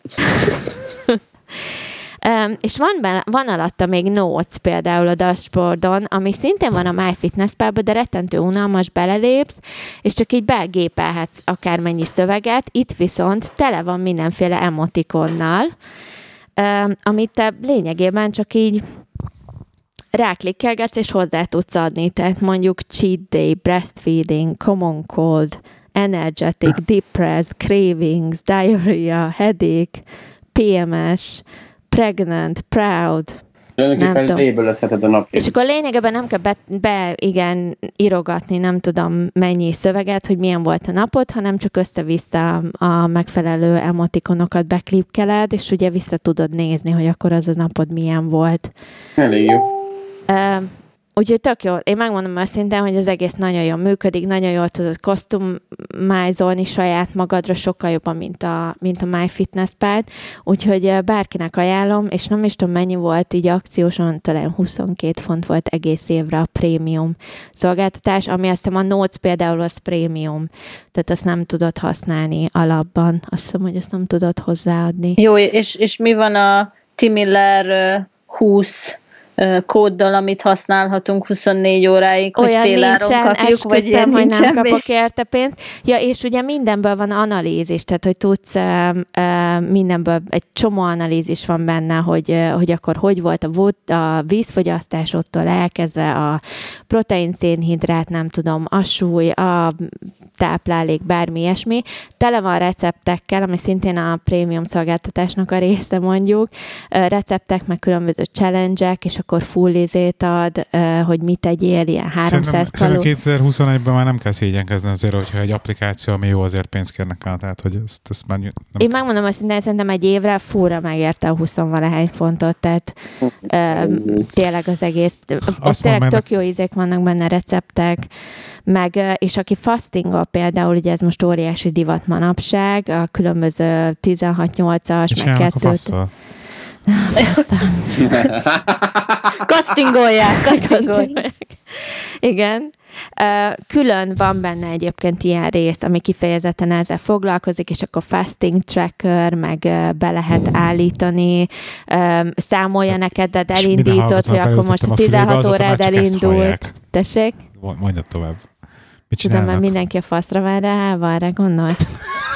Um, és van, benne, van alatta még notes például a dashboardon, ami szintén van a MyFitnessPal-ban, de rettentő unalmas, belelépsz, és csak így begépelhetsz akármennyi szöveget. Itt viszont tele van mindenféle emotikonnal, um, amit te lényegében csak így ráklikkelgetsz, és hozzá tudsz adni. Tehát mondjuk cheat day, breastfeeding, common cold, energetic, depressed, cravings, diarrhea, headache, pé em es, pregnant, proud, nem tudom. A napját. És akkor lényegében nem kell be, be, igen, írogatni, nem tudom mennyi szöveget, hogy milyen volt a napod, hanem csak össze-vissza a megfelelő emotikonokat beklipkeled, és ugye vissza tudod nézni, hogy akkor az a napod milyen volt. Elég jó. Uh, úgyhogy tök jó. Én megmondom őszintén, hogy az egész nagyon jól működik, nagyon jól tudod customizolni saját magadra, sokkal jobban, mint a, mint a MyFitnessPal. Úgyhogy bárkinek ajánlom, és nem is tudom, mennyi volt így akcióson, talán huszonkét font volt egész évre a prémium szolgáltatás, ami azt hiszem a Notes például az prémium, tehát azt nem tudod használni alapban. Azt hiszem, hogy azt nem tudod hozzáadni. Jó, és, és mi van a Timiller húsz kóddal, amit használhatunk huszonnégy óráig, olyan hogy féláron kapjuk, vagy ilyen hogy nincsen nem kapok érte pénzt. Ja, és ugye mindenből van analízis, tehát hogy tudsz uh, uh, mindenből egy csomó analízis van benne, hogy, uh, hogy akkor hogy volt a, vod, a vízfogyasztásottól elkezdve a protein, szénhidrát, nem tudom, a súly, a táplálék, bármi ilyesmi. Tele van receptekkel, ami szintén a prémium szolgáltatásnak a része mondjuk. Uh, receptek, meg különböző challenge-ek, és akkor full izét ad, hogy mit tegyél, ilyen háromszáz kalóriát. kétezer-huszonegyben már nem kell szégyenkezni azért, hogyha egy applikáció, ami jó, azért pénzt kérnek el, tehát hogy ezt, ezt már nem Én megmondom azt, de szerintem egy évre fúra megérte a huszonvalahány fontot, tehát uh, tényleg az egész, ott tényleg mennek... tök jó ízék vannak benne, receptek, meg, és aki fastingol például, ugye ez most óriási divat manapság, a különböző tizenhat nyolcas, meg kettőt. Kasztingolják, kasztingolják. Igen. Külön van benne egyébként ilyen rész, ami kifejezetten ezzel foglalkozik, és akkor fasting tracker, meg be lehet állítani, számolja neked, de elindított, hogy akkor most tizenhat órád elindult. Tessék? Mondjad tovább. Mit Tudom, mert mindenki a faszra vár rá, van rá, gondolt?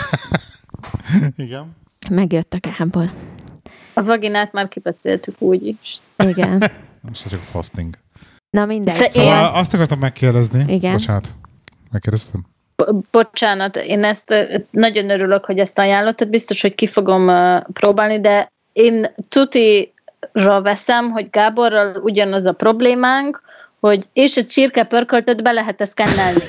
Igen. Megjött a Gábor. A vaginát már kibeszéltük úgy is. Igen. Most csak a fasting. Na mindegy. Szóval, szóval azt akartam megkérdezni. Igen. Bocsánat. Megkérdeztem? Bo- bocsánat, én ezt nagyon örülök, hogy ezt ajánlottad. Biztos, hogy ki fogom uh, próbálni, de én tutira veszem, hogy Gáborral ugyanaz a problémánk, hogy és a csirkepörköltöt be lehet ezt szkennelni.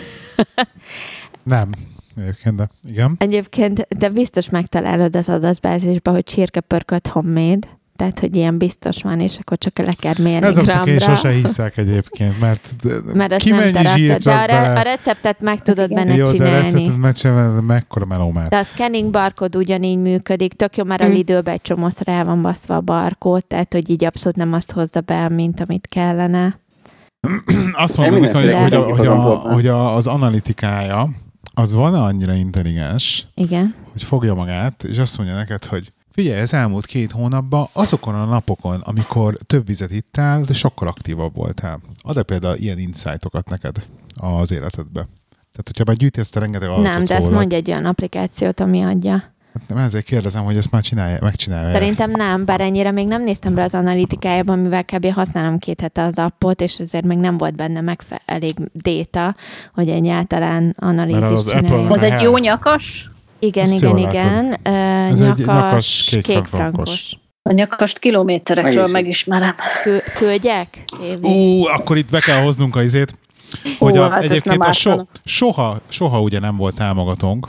Nem. Egyébként, de igen. Egyébként, de biztos megtalálod az adatbázisba, hogy csirkepörkölt homemade, tehát, hogy ilyen biztos van, és akkor csak le kell mérni ez gramra. Ezoknak én sose hiszek egyébként, mert, mert ki mennyi zsírt de a, re- a receptet meg tudod benne jó, csinálni. Jó, de a receptet megcsinálni, mekkora meló már. De a scanning barcode ugyanígy működik, tök jó, már a hmm. Lidlbe egy csomószor el van baszva a barcode, tehát, hogy így abszolút nem azt hozza be, mint amit kellene. Azt mondom, hogy, hogy, hogy, a, hogy, a, hogy a, az analitikája az van annyira intelligens, igen, hogy fogja magát, és azt mondja neked, hogy figyelj, ez elmúlt két hónapban azokon a napokon, amikor több vizet ittál, de sokkal aktívabb voltál. Ad-e például ilyen insightokat neked az életedbe? Tehát, hogyha már gyűjtesz te rengeteg adatot nem, de ezt mondja egy olyan applikációt, ami adja. Hát nem, ezért kérdezem, hogy ezt már csinálja, megcsinálja. Szerintem nem, bár ennyire még nem néztem be az analitikájában, mivel kb. Használom két hete az appot, és azért még nem volt benne megfe- elég data, hogy egyáltalán analízist csinálja. Az egy jó nyakas? Igen, ezt igen, igen. Uh, Ez nyakas, egy nyakas kék, kék frankos. frankos. A nyakast kilométerekről megismerem. Kü- küldjek? Ú, akkor itt be kell hoznunk a izét, hogy Ó, a, hát egyébként a so, soha, soha ugye nem volt támogatónk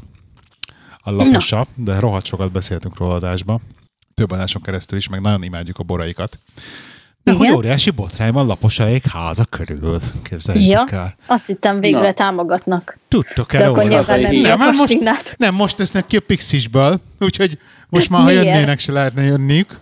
a laposa, no. de rohadt sokat beszéltünk róla adásba, több adáson keresztül is, meg nagyon imádjuk a boraikat. De igen? Hogy óriási botrány van laposaik háza körül, képzeljétek ja, el. Azt hittem végre no. támogatnak. Tudtok el róla. Nem, most, nem, most tesznek ki a Pixisből, úgyhogy most már, ha jönnének, se lehetne jönniük.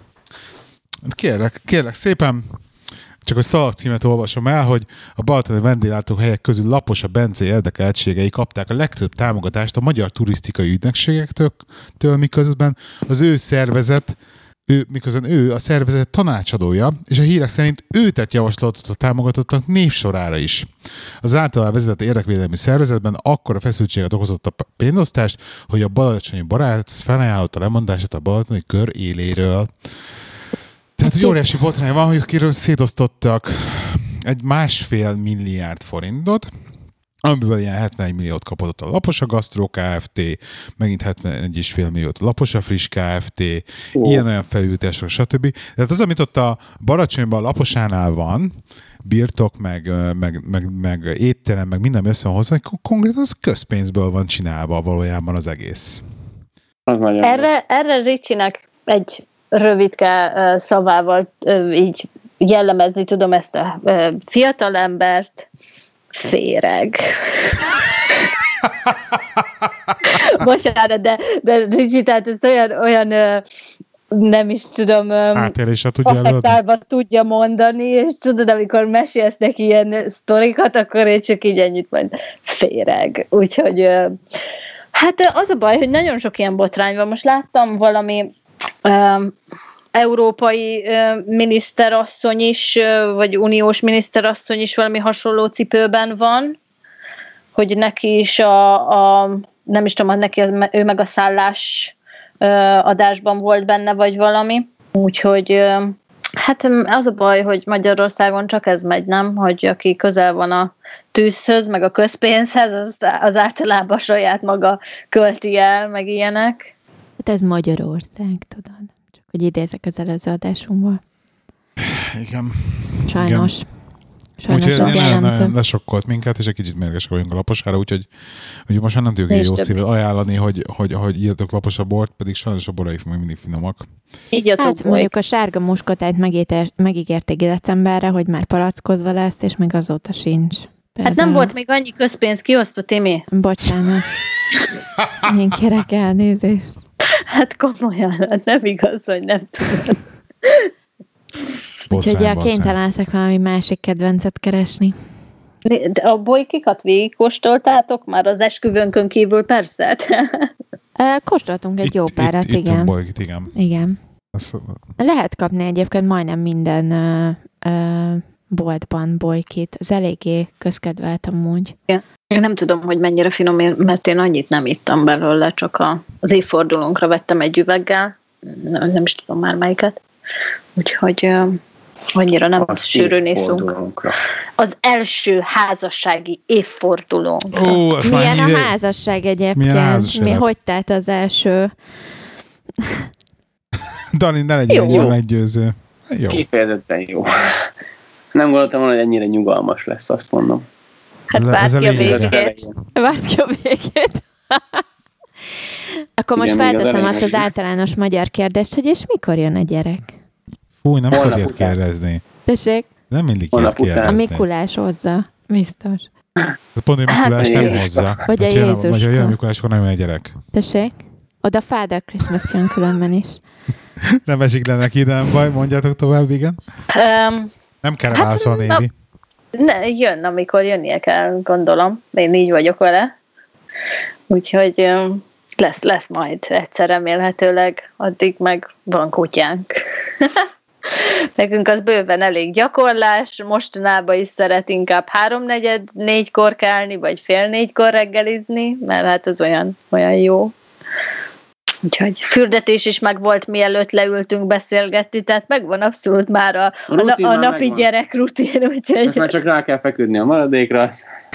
Kérlek, kérlek szépen, csak a szalagcímet olvasom el, hogy a balatoni vendéglátóhelyek közül Lapos a Bence érdekeltségei kapták a legtöbb támogatást a magyar turisztikai ügynökségektől, miközben az ő szervezet, ő, miközben ő a szervezet tanácsadója, és a hírek szerint ő tett javaslatot a támogatottak névsorára is. Az általában vezetett érdekvédelmi szervezetben akkora feszültséget okozott a pénzosztást, hogy a balacsonyi barát felajánlotta lemondását a balatoni kör éléről. Tehát, hogy óriási botrány van, hogy kiről szétosztottak egy másfél milliárd forintot, amiből ilyen hetvenegy milliót kapott a Lapos a Gasztró Kft., megint hetvenegy egész öt milliót a Lapos a Friss Kft., oh. ilyen-olyan felültések, stb. Tehát az, amit ott a Baracsonyban a Laposánál van, birtok, meg, meg, meg, meg étterem, meg minden össze van hozzá, konkrétan az közpénzből van csinálva valójában az egész. Erre, erre Ricsinek egy rövidke szavával így jellemezni tudom ezt a fiatalembert, féreg. Bocsánat, de, de Ricsi, tehát ez olyan, olyan nem is tudom, affektálva tudja mondani, és tudod, amikor mesélsz neki ilyen sztorikat, akkor én csak így ennyit mond, féreg. Úgyhogy hát az a baj, hogy nagyon sok ilyen botrány van. Most láttam valami um, európai uh, miniszterasszony is, uh, vagy uniós miniszterasszony is valami hasonló cipőben van, hogy neki is a, a nem is tudom, neki ő meg a szállás uh, adásban volt benne, vagy valami. Úgyhogy uh, hát az a baj, hogy Magyarországon csak ez megy, nem? Hogy aki közel van a tűzhöz, meg a közpénzhez, az, az általában saját maga költi el, meg ilyenek. Hát ez Magyarország, tudod. Csak hogy idézek az előző adásunkból. Igen. Sajnos. Igen. Sajnos úgyhogy ez az nagyon lesokkolt minket, és egy kicsit mérgesek vagyunk a laposára, úgyhogy, úgyhogy most már nem tudjuk jó szívvel ajánlani, hogy, hogy, hogy írjatok lapos a bort, pedig sajnos a boraik még mindig finomak. Így hát mondjuk a sárga muskotájt megígérték decemberre, hogy már palackozva lesz, és még azóta sincs. Például. Hát nem volt még annyi közpénz kiosztva, Timi. Bocsánat. Én kérek elnézést. Hát komolyan, nem igaz, hogy nem tudom. Úgyhogy ja, kénytelen leszek valami másik kedvencet keresni. De a bolykikat végigkóstoltátok? Már az esküvőnkön kívül persze? Kóstoltunk egy itt, jó párat, itt, igen. Itt bolykit, igen. Igen. Azt... Lehet kapni egyébként majdnem minden uh, uh, boltban bolykit. Ez eléggé közkedvelt amúgy. Ja. Én nem tudom, hogy mennyire finom, mert én annyit nem ittam belőle, csak a, az évfordulónkra vettem egy üveggel. Nem, nem is tudom már melyiket. Úgyhogy uh, annyira nem sűrűn iszunk. Az első házassági évfordulónkra. Ó, milyen a házasság egyébként? Házasság? Mi, hogy telt az első? Dani, ne legyen ennyire meggyőző. Jó. Kifejezetten jó. Nem gondoltam volna, hogy ennyire nyugalmas lesz, azt mondom. Hát várd ki a végét. Várd ki a végét. Akkor most igen, felteszem azt az általános magyar kérdést, hogy és mikor jön a gyerek? Fúj, nem szabad ilyet kérdezni. Tessék? Nem mindig ilyet kérdezni. A Mikulás hozza, biztos. Pont, hogy Mikulás hát, nem hozza. Vagy a Jézuska. Vagy a jön Mikulás, akkor nem jön a gyerek. Tessék? Oda Father Christmas jön különben is. Nem esik le neki, nem baj, mondjátok tovább, igen. Um, nem kell hát, válaszolni, Évi. Ne, jön, amikor jönnie kell, gondolom. Én így vagyok vele. Úgyhogy um, lesz, lesz majd egyszer remélhetőleg, addig meg van kutyánk. Nekünk az bőven elég gyakorlás, mostanában is szeret inkább háromnegyed négykor kelni, vagy fél négykor reggelizni, mert hát az olyan, olyan jó. Úgyhogy fürdetés is meg volt, mielőtt leültünk beszélgetni, tehát megvan abszolút már a, a, a, a napi megvan. Gyerek rutin. Úgyhogy... Most már csak rá kell feküdni a maradékra.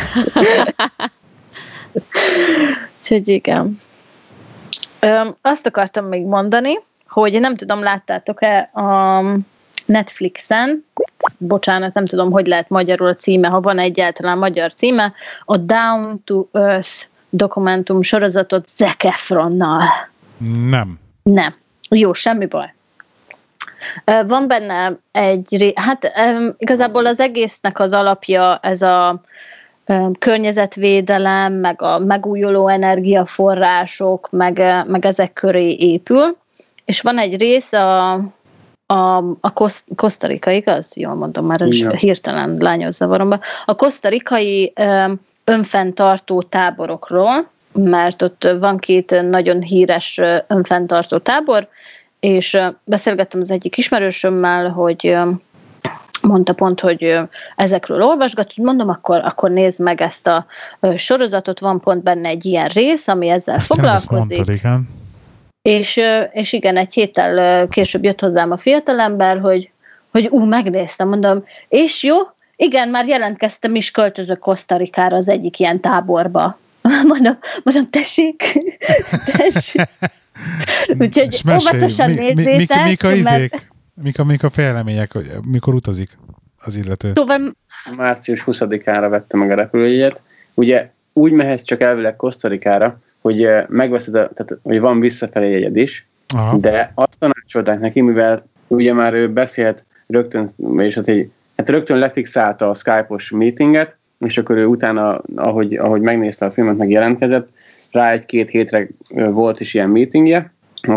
Úgyhogy igen. Öm, azt akartam még mondani, hogy nem tudom, láttátok-e a Netflixen, bocsánat, nem tudom, hogy lehet magyarul a címe, ha van egyáltalán magyar címe, a Down to Earth dokumentum sorozatot Zac Efronnal. Nem. Nem. Jó, semmi baj. Van benne egy, hát igazából az egésznek az alapja ez a környezetvédelem, meg a megújuló energiaforrások, meg, meg ezek köré épül, és van egy rész a, a, a Kosz, kosztarika, igaz? Jól mondom, már is hirtelen lányos zavaromba. A kosztarikai önfenntartó táborokról, mert ott van két nagyon híres önfenntartó tábor, és beszélgettem az egyik ismerősömmel, hogy mondta pont, hogy ezekről olvasgat, hogy mondom, akkor, akkor nézd meg ezt a sorozatot, van pont benne egy ilyen rész, ami ezzel azt foglalkozik. Mondtad, igen. És, és igen, egy héttel később jött hozzám a fiatalember, hogy, hogy ú, megnéztem, mondom, és jó, igen, már jelentkeztem is, költözök Kosztarikára az egyik ilyen táborba. Mondom, mondom tessék, tessék. Úgyhogy óvatosan mi, nézzétek. Mi, mik a izék? Mert... Mik a, mik a fejlemények, mikor utazik az illető? Szóval... március huszadikára vette meg a repülőjegyet. Ugye úgy mehetsz csak elvileg Kosztarikára, hogy megveszed, tehát hogy van visszafelé jegyed is, aha, de azt tanácsolták neki, mivel ugye már ő beszélt rögtön, és hát, egy, hát rögtön lefixálta a Skype-os meetinget, és akkor ő utána, ahogy, ahogy megnézte a filmet, meg jelentkezett, rá egy-két hétre volt is ilyen meetingje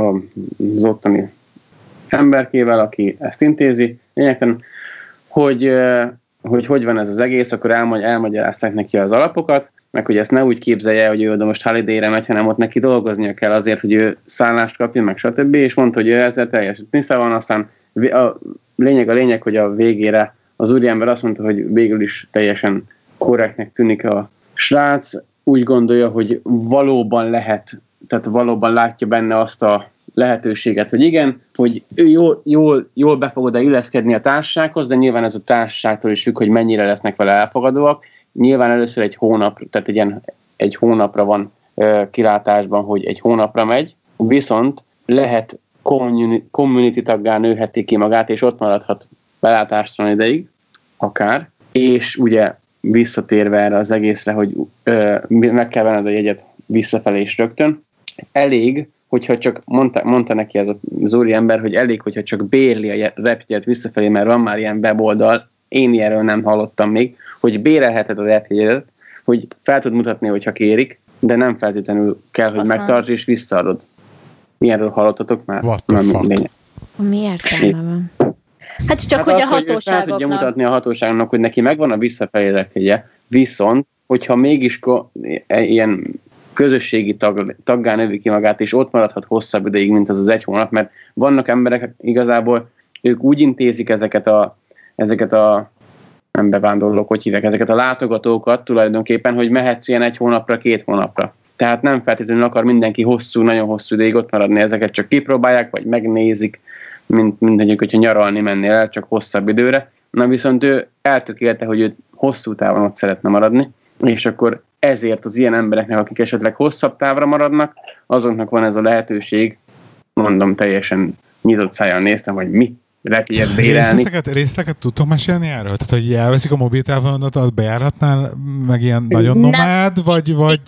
az ottani emberkével, aki ezt intézi. Lényegtelen, hogy, hogy hogy van ez az egész, akkor elmagy, elmagyarázták neki az alapokat, meg hogy ezt ne úgy képzelje, hogy ő oda most holiday-re megy, hanem ott neki dolgoznia kell azért, hogy ő szállást kapja, meg stb. És mondta, hogy ő ezzel teljesen tisztában van, aztán a lényeg a lényeg, hogy a végére az úriember azt mondta, hogy végül is teljesen korrektnek tűnik a srác, úgy gondolja, hogy valóban lehet, tehát valóban látja benne azt a lehetőséget, hogy igen, hogy ő jól, jól, jól be fog oda illeszkedni a társasághoz, de nyilván ez a társaságtól is függ, hogy mennyire lesznek vele elfogadóak. Nyilván először egy hónap, tehát egy, ilyen, egy hónapra van uh, kilátásban, hogy egy hónapra megy, viszont lehet community, community taggá nőheti ki magát, és ott maradhat belátástalan ideig, akár, és ugye visszatérve erre az egészre, hogy uh, meg kell venned a jegyet visszafelé is rögtön, elég, hogyha csak mondta, mondta neki ez az úriember, hogy elég, hogyha csak bérli a repjegyet visszafelé, mert van már ilyen weboldal, én ilyenről nem hallottam még, hogy bérelheted a repjegyedet, hogy fel tud mutatni, hogyha kérik, de nem feltétlenül kell, hogy Aztán. megtartsd és visszaadod. Milyenről hallottatok már? What the fuck? Mi értelme van? Hát csak, hát hogy az, a hatóságoknak. Fel tudja mutatni a hatóságnak, hogy neki megvan a visszafelé repjegye, viszont, hogyha mégis ko- ilyen közösségi tag, taggá növi ki magát, és ott maradhat hosszabb ideig, mint az az egy hónap, mert vannak emberek igazából, ők úgy intézik ezeket a, ezeket a nem bevándorlók, hogy hívják, ezeket a látogatókat tulajdonképpen, hogy mehetsz ilyen egy hónapra, két hónapra. Tehát nem feltétlenül akar mindenki hosszú, nagyon hosszú ideig ott maradni, ezeket csak kipróbálják, vagy megnézik, mint, mint mondjuk, hogyha nyaralni mennél el, csak hosszabb időre. Na viszont ő eltökélte, hogy ő hosszú távon ott szeretne maradni, és akkor ezért az ilyen embereknek, akik esetleg hosszabb távra maradnak, azoknak van ez a lehetőség, mondom, teljesen nyitott szájjal néztem, hogy mi repjegyet bérelni. Részleteket, részleteket tudtok mesélni erről? Tehát, hogy elveszik a mobiltelefonodat, ott bejárhatnál, meg ilyen nagyon nomád, nem. vagy... vagy...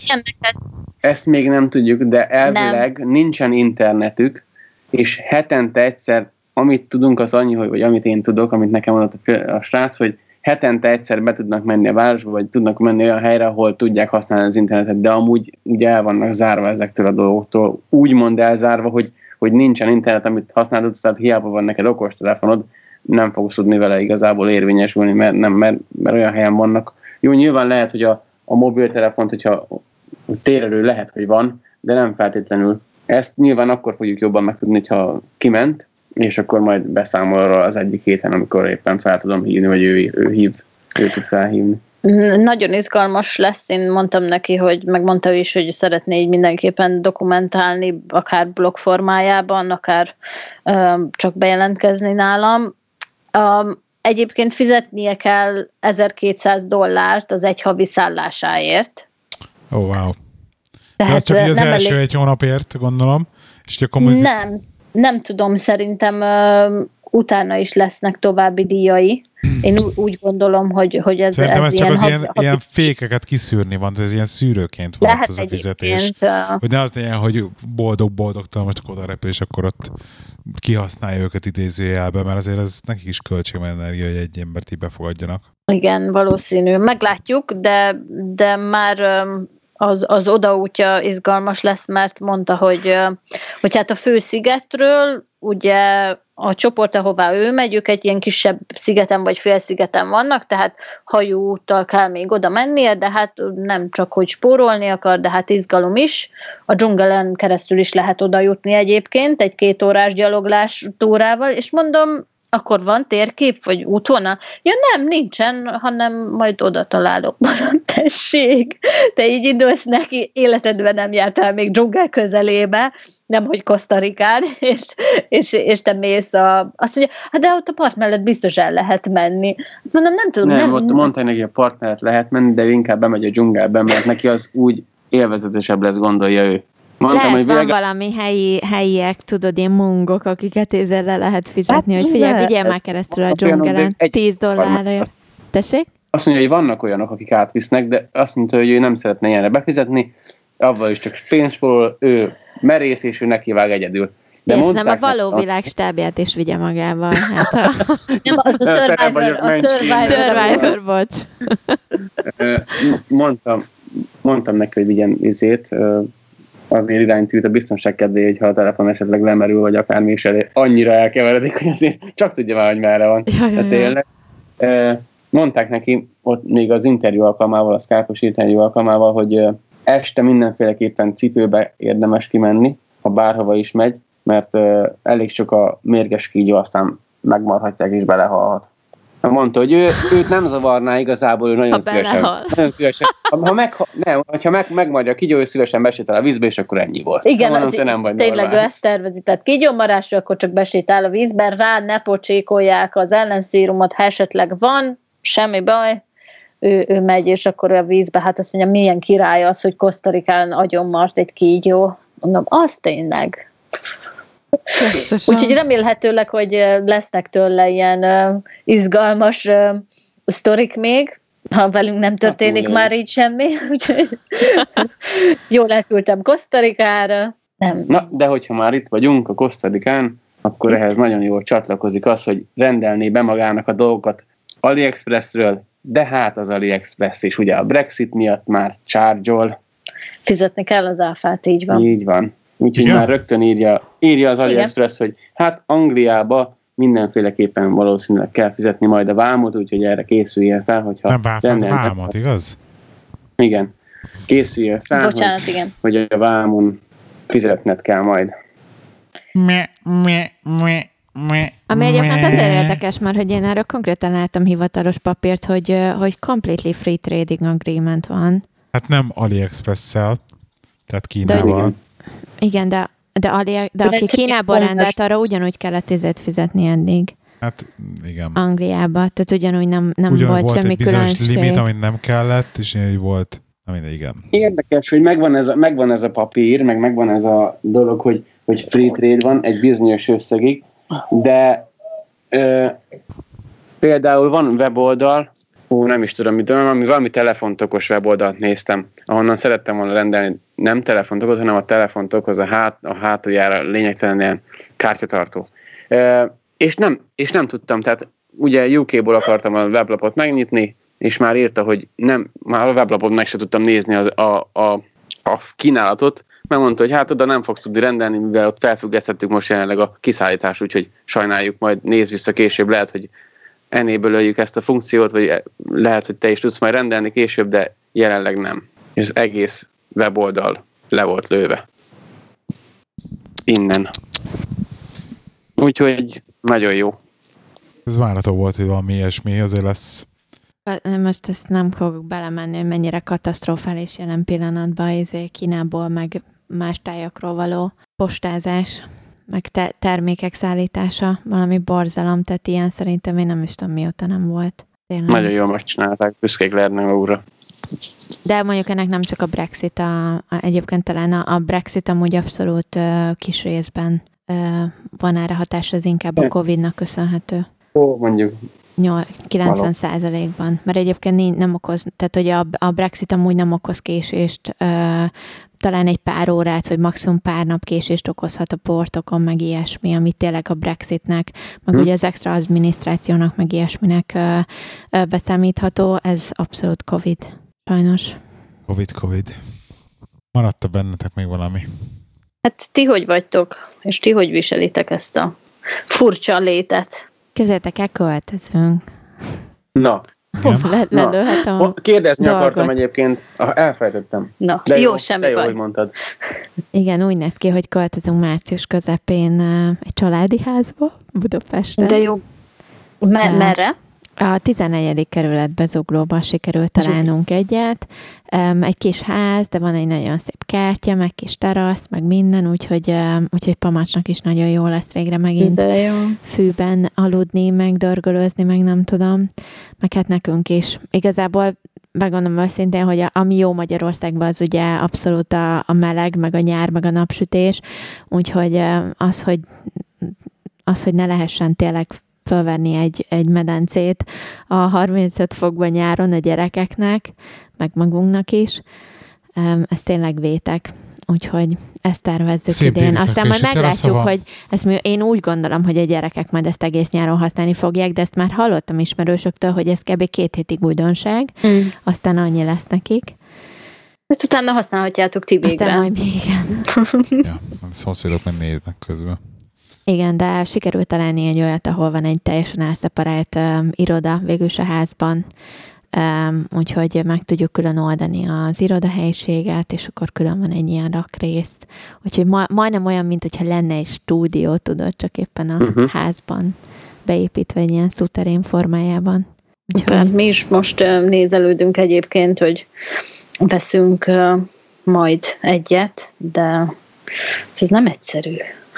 Ezt még nem tudjuk, de elvileg nem. nincsen internetük, és hetente egyszer, amit tudunk, az annyi, hogy, vagy amit én tudok, amit nekem mondott a, a srác, hogy hetente egyszer be tudnak menni a városba, vagy tudnak menni olyan helyre, ahol tudják használni az internetet, de amúgy ugye el vannak zárva ezektől a dolgoktól. Úgymond elzárva, hogy, hogy nincsen internet, amit használod, tehát hiába van neked okostelefonod, nem fogsz tudni vele igazából érvényesülni, mert, nem, mert, mert olyan helyen vannak. Jó, nyilván lehet, hogy a, a mobiltelefont, hogyha térelő lehet, hogy van, de nem feltétlenül. Ezt nyilván akkor fogjuk jobban megtudni, ha kiment, és akkor majd beszámol arra az egyik héten, amikor éppen fel tudom hívni, vagy ő, ő hív, ő tud felhívni. Nagyon izgalmas lesz, én mondtam neki, hogy megmondta ő is, hogy szeretné így mindenképpen dokumentálni, akár blog formájában, akár um, csak bejelentkezni nálam. Um, egyébként fizetnie kell ezerkétszáz dollárt az egy havi szállásáért. Ó, oh, wow. Tehát ez csak így az első elég... egy hónapért, gondolom. És akkor mondjuk... Nem, nem tudom, szerintem uh, utána is lesznek további díjai. Én úgy gondolom, hogy, hogy ez, Szerintem ez ez ilyen... csak az ilyen, havi... ilyen fékeket kiszűrni van, de ez ilyen szűrőként van lehet az a fizetés. Uh... Hogy ne az legyen, hogy boldog-boldogtalan, most oda repül, és akkor ott kihasználja őket idézőjelbe, mert azért ez nekik is költségmenergia, hogy egy embert így befogadjanak. Igen, valószínű. Meglátjuk, de, de már... Az, az odaútja izgalmas lesz, mert mondta, hogy, hogy hát a főszigetről, ugye a csoport, ahová ő megy, ők egy ilyen kisebb szigeten vagy félszigeten vannak, tehát hajóúttal kell még oda mennie, de hát nem csak, hogy spórolni akar, de hát izgalom is. A dzsungelen keresztül is lehet oda jutni egyébként, egy két órás gyaloglás túrával, és mondom, akkor van térkép, vagy útvonal? Ja nem, nincsen, hanem majd oda találok. Mondom, tessék, te így indulsz neki, életedben nem jártál még dzsungel közelébe, nemhogy Kosztarikán, és, és, és te mész a... Azt mondja, hát de ott a part mellett biztos el lehet menni. Mondom, nem tudom. Nem, nem, ott mondta neki, a part mellett lehet menni, de ő bemegy a dzsungelbe, mert neki az úgy élvezetesebb lesz, gondolja ő. Mondtam, lehet, hogy van világ... valami helyi, helyiek, tudod, ilyen mungok, akiket ezzel le lehet fizetni, hát, hogy figyelj, vigyél már keresztül a dzsungelen, tíz dollárért. Tessék? Azt mondja, hogy vannak olyanok, akik átvisznek, de azt mondta, hogy ő nem szeretne ilyenre befizetni, avval is csak pénzból, ő merész, és ő nekivág egyedül. De Ész, nem a való világ stábját is vigye magával. Hát a... nem, az a Survivor, a Survivor, Survivor bocs. mondtam, mondtam neki, hogy vigyen izét, azért iránytűt a biztonság kedvéért, hogyha a telefon esetleg lemerül, vagy akármi is elé, annyira elkeveredik, hogy azért csak tudja már, hogy merre van. Ja, ja, tényleg. Mondták neki, ott még az interjú alkalmával, a Skype-os interjú alkalmával, hogy este mindenféleképpen cipőbe érdemes kimenni, ha bárhova is megy, mert elég sok a mérges kígyó, aztán megmarhatják és belehalhat. Mondta, hogy ő, őt nem zavarná igazából, ő nagyon ha szívesen. Nagyon szívesen. Ha, meg, nem, ha meg, megmarja a kígyó, ő szívesen besétál a vízbe, és akkor ennyi volt. Igen, mondom, te nem vagy tényleg normál. Ő ezt tervezi. Tehát kígyómarásra akkor csak besétál a vízben, rá ne pocsékolják az ellenszírumot, ha esetleg van, semmi baj, ő, ő megy, és akkor a vízbe, hát azt mondja, milyen király az, hogy Kosztarikán agyonmart egy kígyó. Mondom, az tényleg. Úgyhogy remélhetőleg, hogy lesznek tőle ilyen uh, izgalmas uh, sztorik még, ha velünk nem történik hát, már így semmi. Úgyhogy jól elküldtem Kosztarikára. Nem. Na, de hogyha már itt vagyunk a Kosztarikán, akkor itt? Ehhez nagyon jól csatlakozik az, hogy rendelné be magának a dolgokat AliExpressről, de hát az AliExpress is ugye a Brexit miatt már charge-ol. Fizetni kell az áfát, így van. Így van. Úgyhogy igen? Már rögtön írja, írja az AliExpress, igen, hogy hát Angliába mindenféleképpen valószínűleg kell fizetni majd a vámot, úgyhogy erre készüljél fel, hogyha... Nem vámot, vámot, igaz? Igen. Készüljél fel, Bocsánat, hogy, igen. hogy a vámon fizetned kell majd. Me, me, me. Ami egyébként azért érdekes, mert hogy én erről konkrétan láttam hivatalos papírt, hogy, hogy completely free trading agreement van. Hát nem AliExpress-szel, tehát Kínával. De, igen, de, de, Ali, de aki Kínából rendelt, arra ugyanúgy kellett ezért fizetni eddig. Hát igen. Angliába, tehát ugyanúgy nem, nem ugyan volt, volt semmi különbség. Ugyan limit, amit nem kellett, és így volt, nem igen. Érdekes, hogy megvan ez, a, megvan ez a papír, meg megvan ez a dolog, hogy, hogy free trade van egy bizonyos összegig, de ö, például van weboldal, ó, nem is tudom, mit, ami valami telefontokos weboldalt néztem, ahonnan szerettem volna rendelni nem telefontokhoz, hanem a telefontokhoz a, hát, a hátuljára lényegtelen ilyen kártyatartó. Ö, és, nem, és nem tudtam, tehát ugye U K-ból akartam a weblapot megnyitni, és már írta, hogy nem, már a weblapot meg se tudtam nézni az, a, a, a kínálatot, megmondta, hogy hát oda nem fogsz tudni rendelni, mivel ott felfüggesztettük most jelenleg a kiszállítást, úgyhogy sajnáljuk, majd nézz vissza később, lehet, hogy ennéből öljük ezt a funkciót, vagy lehet, hogy te is tudsz majd rendelni később, de jelenleg nem. És az egész weboldal le volt lőve. Innen. Úgyhogy nagyon jó. Ez várható volt, hogy valami ilyesmi, azért lesz. Most ezt nem fogok belemenni, hogy mennyire katasztrofális jelen pillanatban izé Kínából, meg más tájakról való postázás, meg te- termékek szállítása, valami borzalom, tehát ilyen szerintem én nem is tudom, mióta nem volt. Tényleg. Nagyon jól megcsinálták, büszkék lehetnek magukra. De mondjuk ennek nem csak a Brexit, a, a, egyébként talán a, a Brexit amúgy abszolút uh, kis részben uh, van erre hatás, az inkább a Covidnak köszönhető. Ó, mondjuk. kilencven százalékban, mert egyébként nem okoz, tehát hogy a, a Brexit amúgy nem okoz késést, uh, talán egy pár órát, vagy maximum pár nap késést okozhat a portokon, meg ilyesmi, ami tényleg a Brexitnek, meg hm. ugye az extra adminisztrációnak, meg ilyesminek uh, uh, beszámítható, ez abszolút Covid, sajnos. Covid, Covid. Maradt-e bennetek még valami? Hát ti hogy vagytok, és ti hogy viselitek ezt a furcsa létet? Képzeljétek el, költözünk. Na. Uf, le, lelőhetem a Kérdezni dolgot. Akartam egyébként, ah, elfelejtettem. Na, de jó, jó semmi jó, baj. hogy mondtad. Igen, úgy néz ki, hogy költözünk március közepén egy családi házba Budapesten. De jó. Me- merre? A tizennegyedik kerületbe, Zuglóban sikerült találnunk egyet. Egy kis ház, de van egy nagyon szép kertje, meg kis terasz, meg minden, úgyhogy, úgyhogy Pamacsnak is nagyon jó lesz végre megint fűben aludni, meg dörgölözni, meg nem tudom. Meg hát nekünk is. Igazából megmondom őszintén, hogy a, ami jó Magyarországban, az ugye abszolút a, a meleg, meg a nyár, meg a napsütés, úgyhogy az, hogy, az, hogy ne lehessen tényleg fölvenni egy, egy medencét a harmincöt fokban nyáron a gyerekeknek, meg magunknak is. Ez tényleg vétek. úgyhogy ezt tervezzük szép idén. Aztán majd meglátjuk, hogy ezt mi, én úgy gondolom, hogy a gyerekek majd ezt egész nyáron használni fogják, de ezt már hallottam ismerősöktől, hogy ez kb. két hétig újdonság, mm. aztán annyi lesz nekik. Hát utána használhatjátok ti végre. Aztán majd még igen. Ja, a szomszédok meg néznek közben. Igen, de sikerült találni egy olyat, ahol van egy teljesen elszeparált um, iroda végülis a házban, um, úgyhogy meg tudjuk külön oldani az irodahelyiséget, és akkor külön van egy ilyen rakrész. Úgyhogy ma, majdnem olyan, mint hogyha lenne egy stúdió, tudod, csak éppen a uh-huh. házban beépítve egy ilyen szuterén formájában. Úgyhogy... Mi is most uh, nézelődünk egyébként, hogy veszünk uh, majd egyet, de ez nem egyszerű.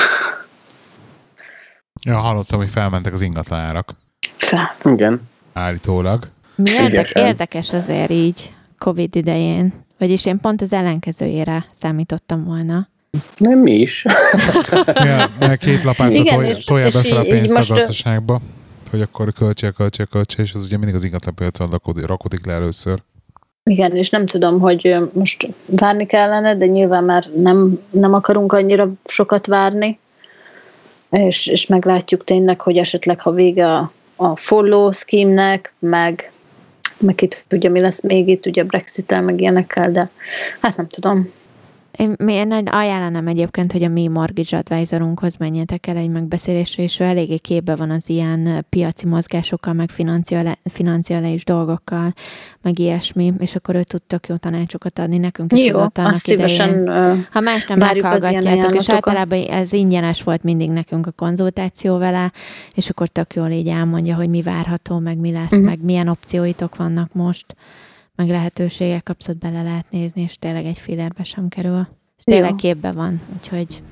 Ja, hallottam, hogy felmentek az ingatlan árak. Fel. Igen. Állítólag. Mi érdek, érdekes azért így Covid idején. Vagyis én pont az ellenkezőjére számítottam volna. Nem mi is. Ja, mert két lapáttal tolja, tolja befele a pénzt a gazdaságba, hogy akkor költsél, költsél, költsél, és az ugye mindig az ingatlanpiacon rakodik le először. Igen, és nem tudom, hogy most várni kellene, de nyilván már nem, nem akarunk annyira sokat várni, és, és meglátjuk tényleg, hogy esetleg, ha vége a, a follow scheme-nek, meg, meg itt tudja, mi lesz még itt, ugye Brexit-tel, meg ilyenekkel, de hát nem tudom. Én, én ajánlanám egyébként, hogy a mi mortgage advisorunkhoz menjetek el egy megbeszélésre, és ő eléggé képbe van az ilyen piaci mozgásokkal, meg financiális dolgokkal, meg ilyesmi, és akkor ő tud tök jó tanácsokat adni nekünk is. Jó, azt szívesen ha más nem meghallgatjátok, és általában ez ingyenes volt mindig nekünk a konzultáció vele, és akkor tök jól így elmondja, hogy mi várható, meg mi lesz, uh-huh. meg milyen opcióitok vannak most, meg lehetőségek, abszolút bele lehet nézni, és tényleg egy fillérbe sem kerül. És tényleg képbe van, úgyhogy...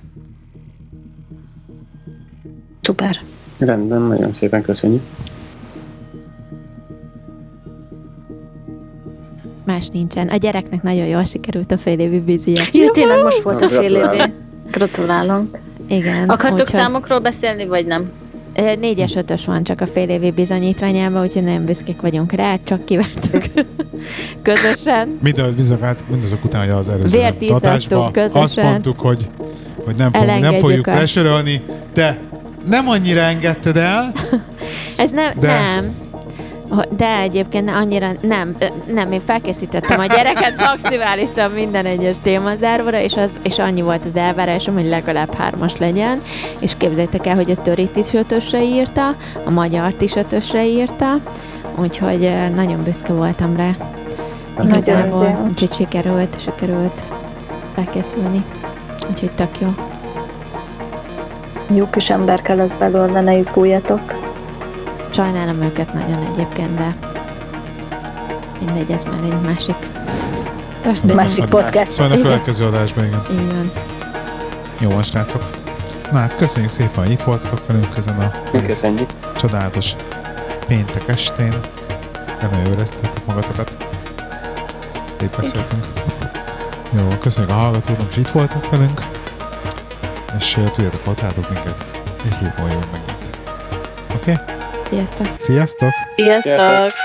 Szuper. Rendben, nagyon szépen köszönjük. Más nincsen. A gyereknek nagyon jól sikerült a fél évi vízije. Jó, tényleg most volt a fél évi. Gratulálunk. Igen. Akartok úgyhogy... számokról beszélni, vagy nem? Négyes, ötös van csak a fél évi bizonyítványában, úgyhogy nagyon büszkék vagyunk rá, csak kiváltuk közösen. Minden bizonyát, mindazok után, hogy az előző adásban azt mondtuk, hogy, hogy nem, fog, nem fogjuk presörölni, de nem annyira engedted el. Ez nem, de... nem. De egyébként annyira nem, nem, én felkészítettem a gyereket maximálisan minden egyes témazárvóra, és, az, és annyi volt az elvárásom, hogy legalább hármas legyen, és képzeljétek el, hogy a törit is ötösre írta, a magyart is ötösre írta, úgyhogy nagyon büszke voltam rá. Igazából, úgyhogy sikerült, sikerült felkészülni, úgyhogy tök jó. Jó kis emberke lesz belőle, ne izguljatok. Sajnálom őket nagyon egyébként, de mindegy, ez már egy másik történet. Másik podcast. Szóval a következő adásban, igen. Igen. Jó van, srácok. Na hát köszönjük szépen, hogy itt voltatok velünk ezen a csodálatos péntek estén. Remélem, jól éreztétek magatokat. Itt beszéltünk. Jó, köszönjük a hallgatóknak, és itt voltak velünk. És tudjátok, ott látok minket. Egy hét múlva jövünk megint. Oké? Okay? Sziasztok! Sziasztok! Sziasztok!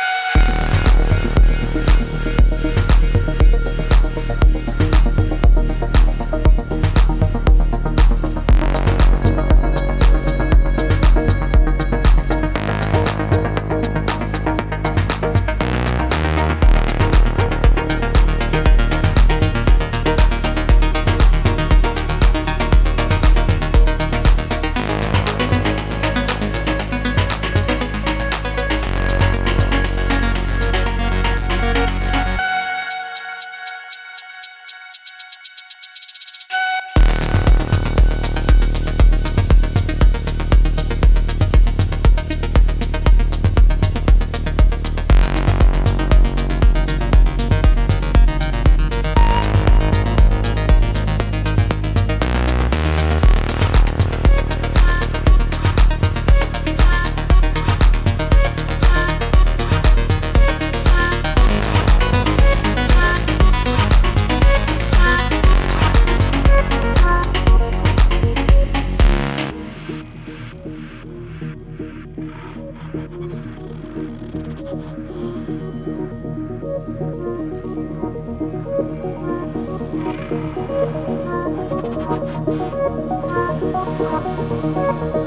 Sziasztok!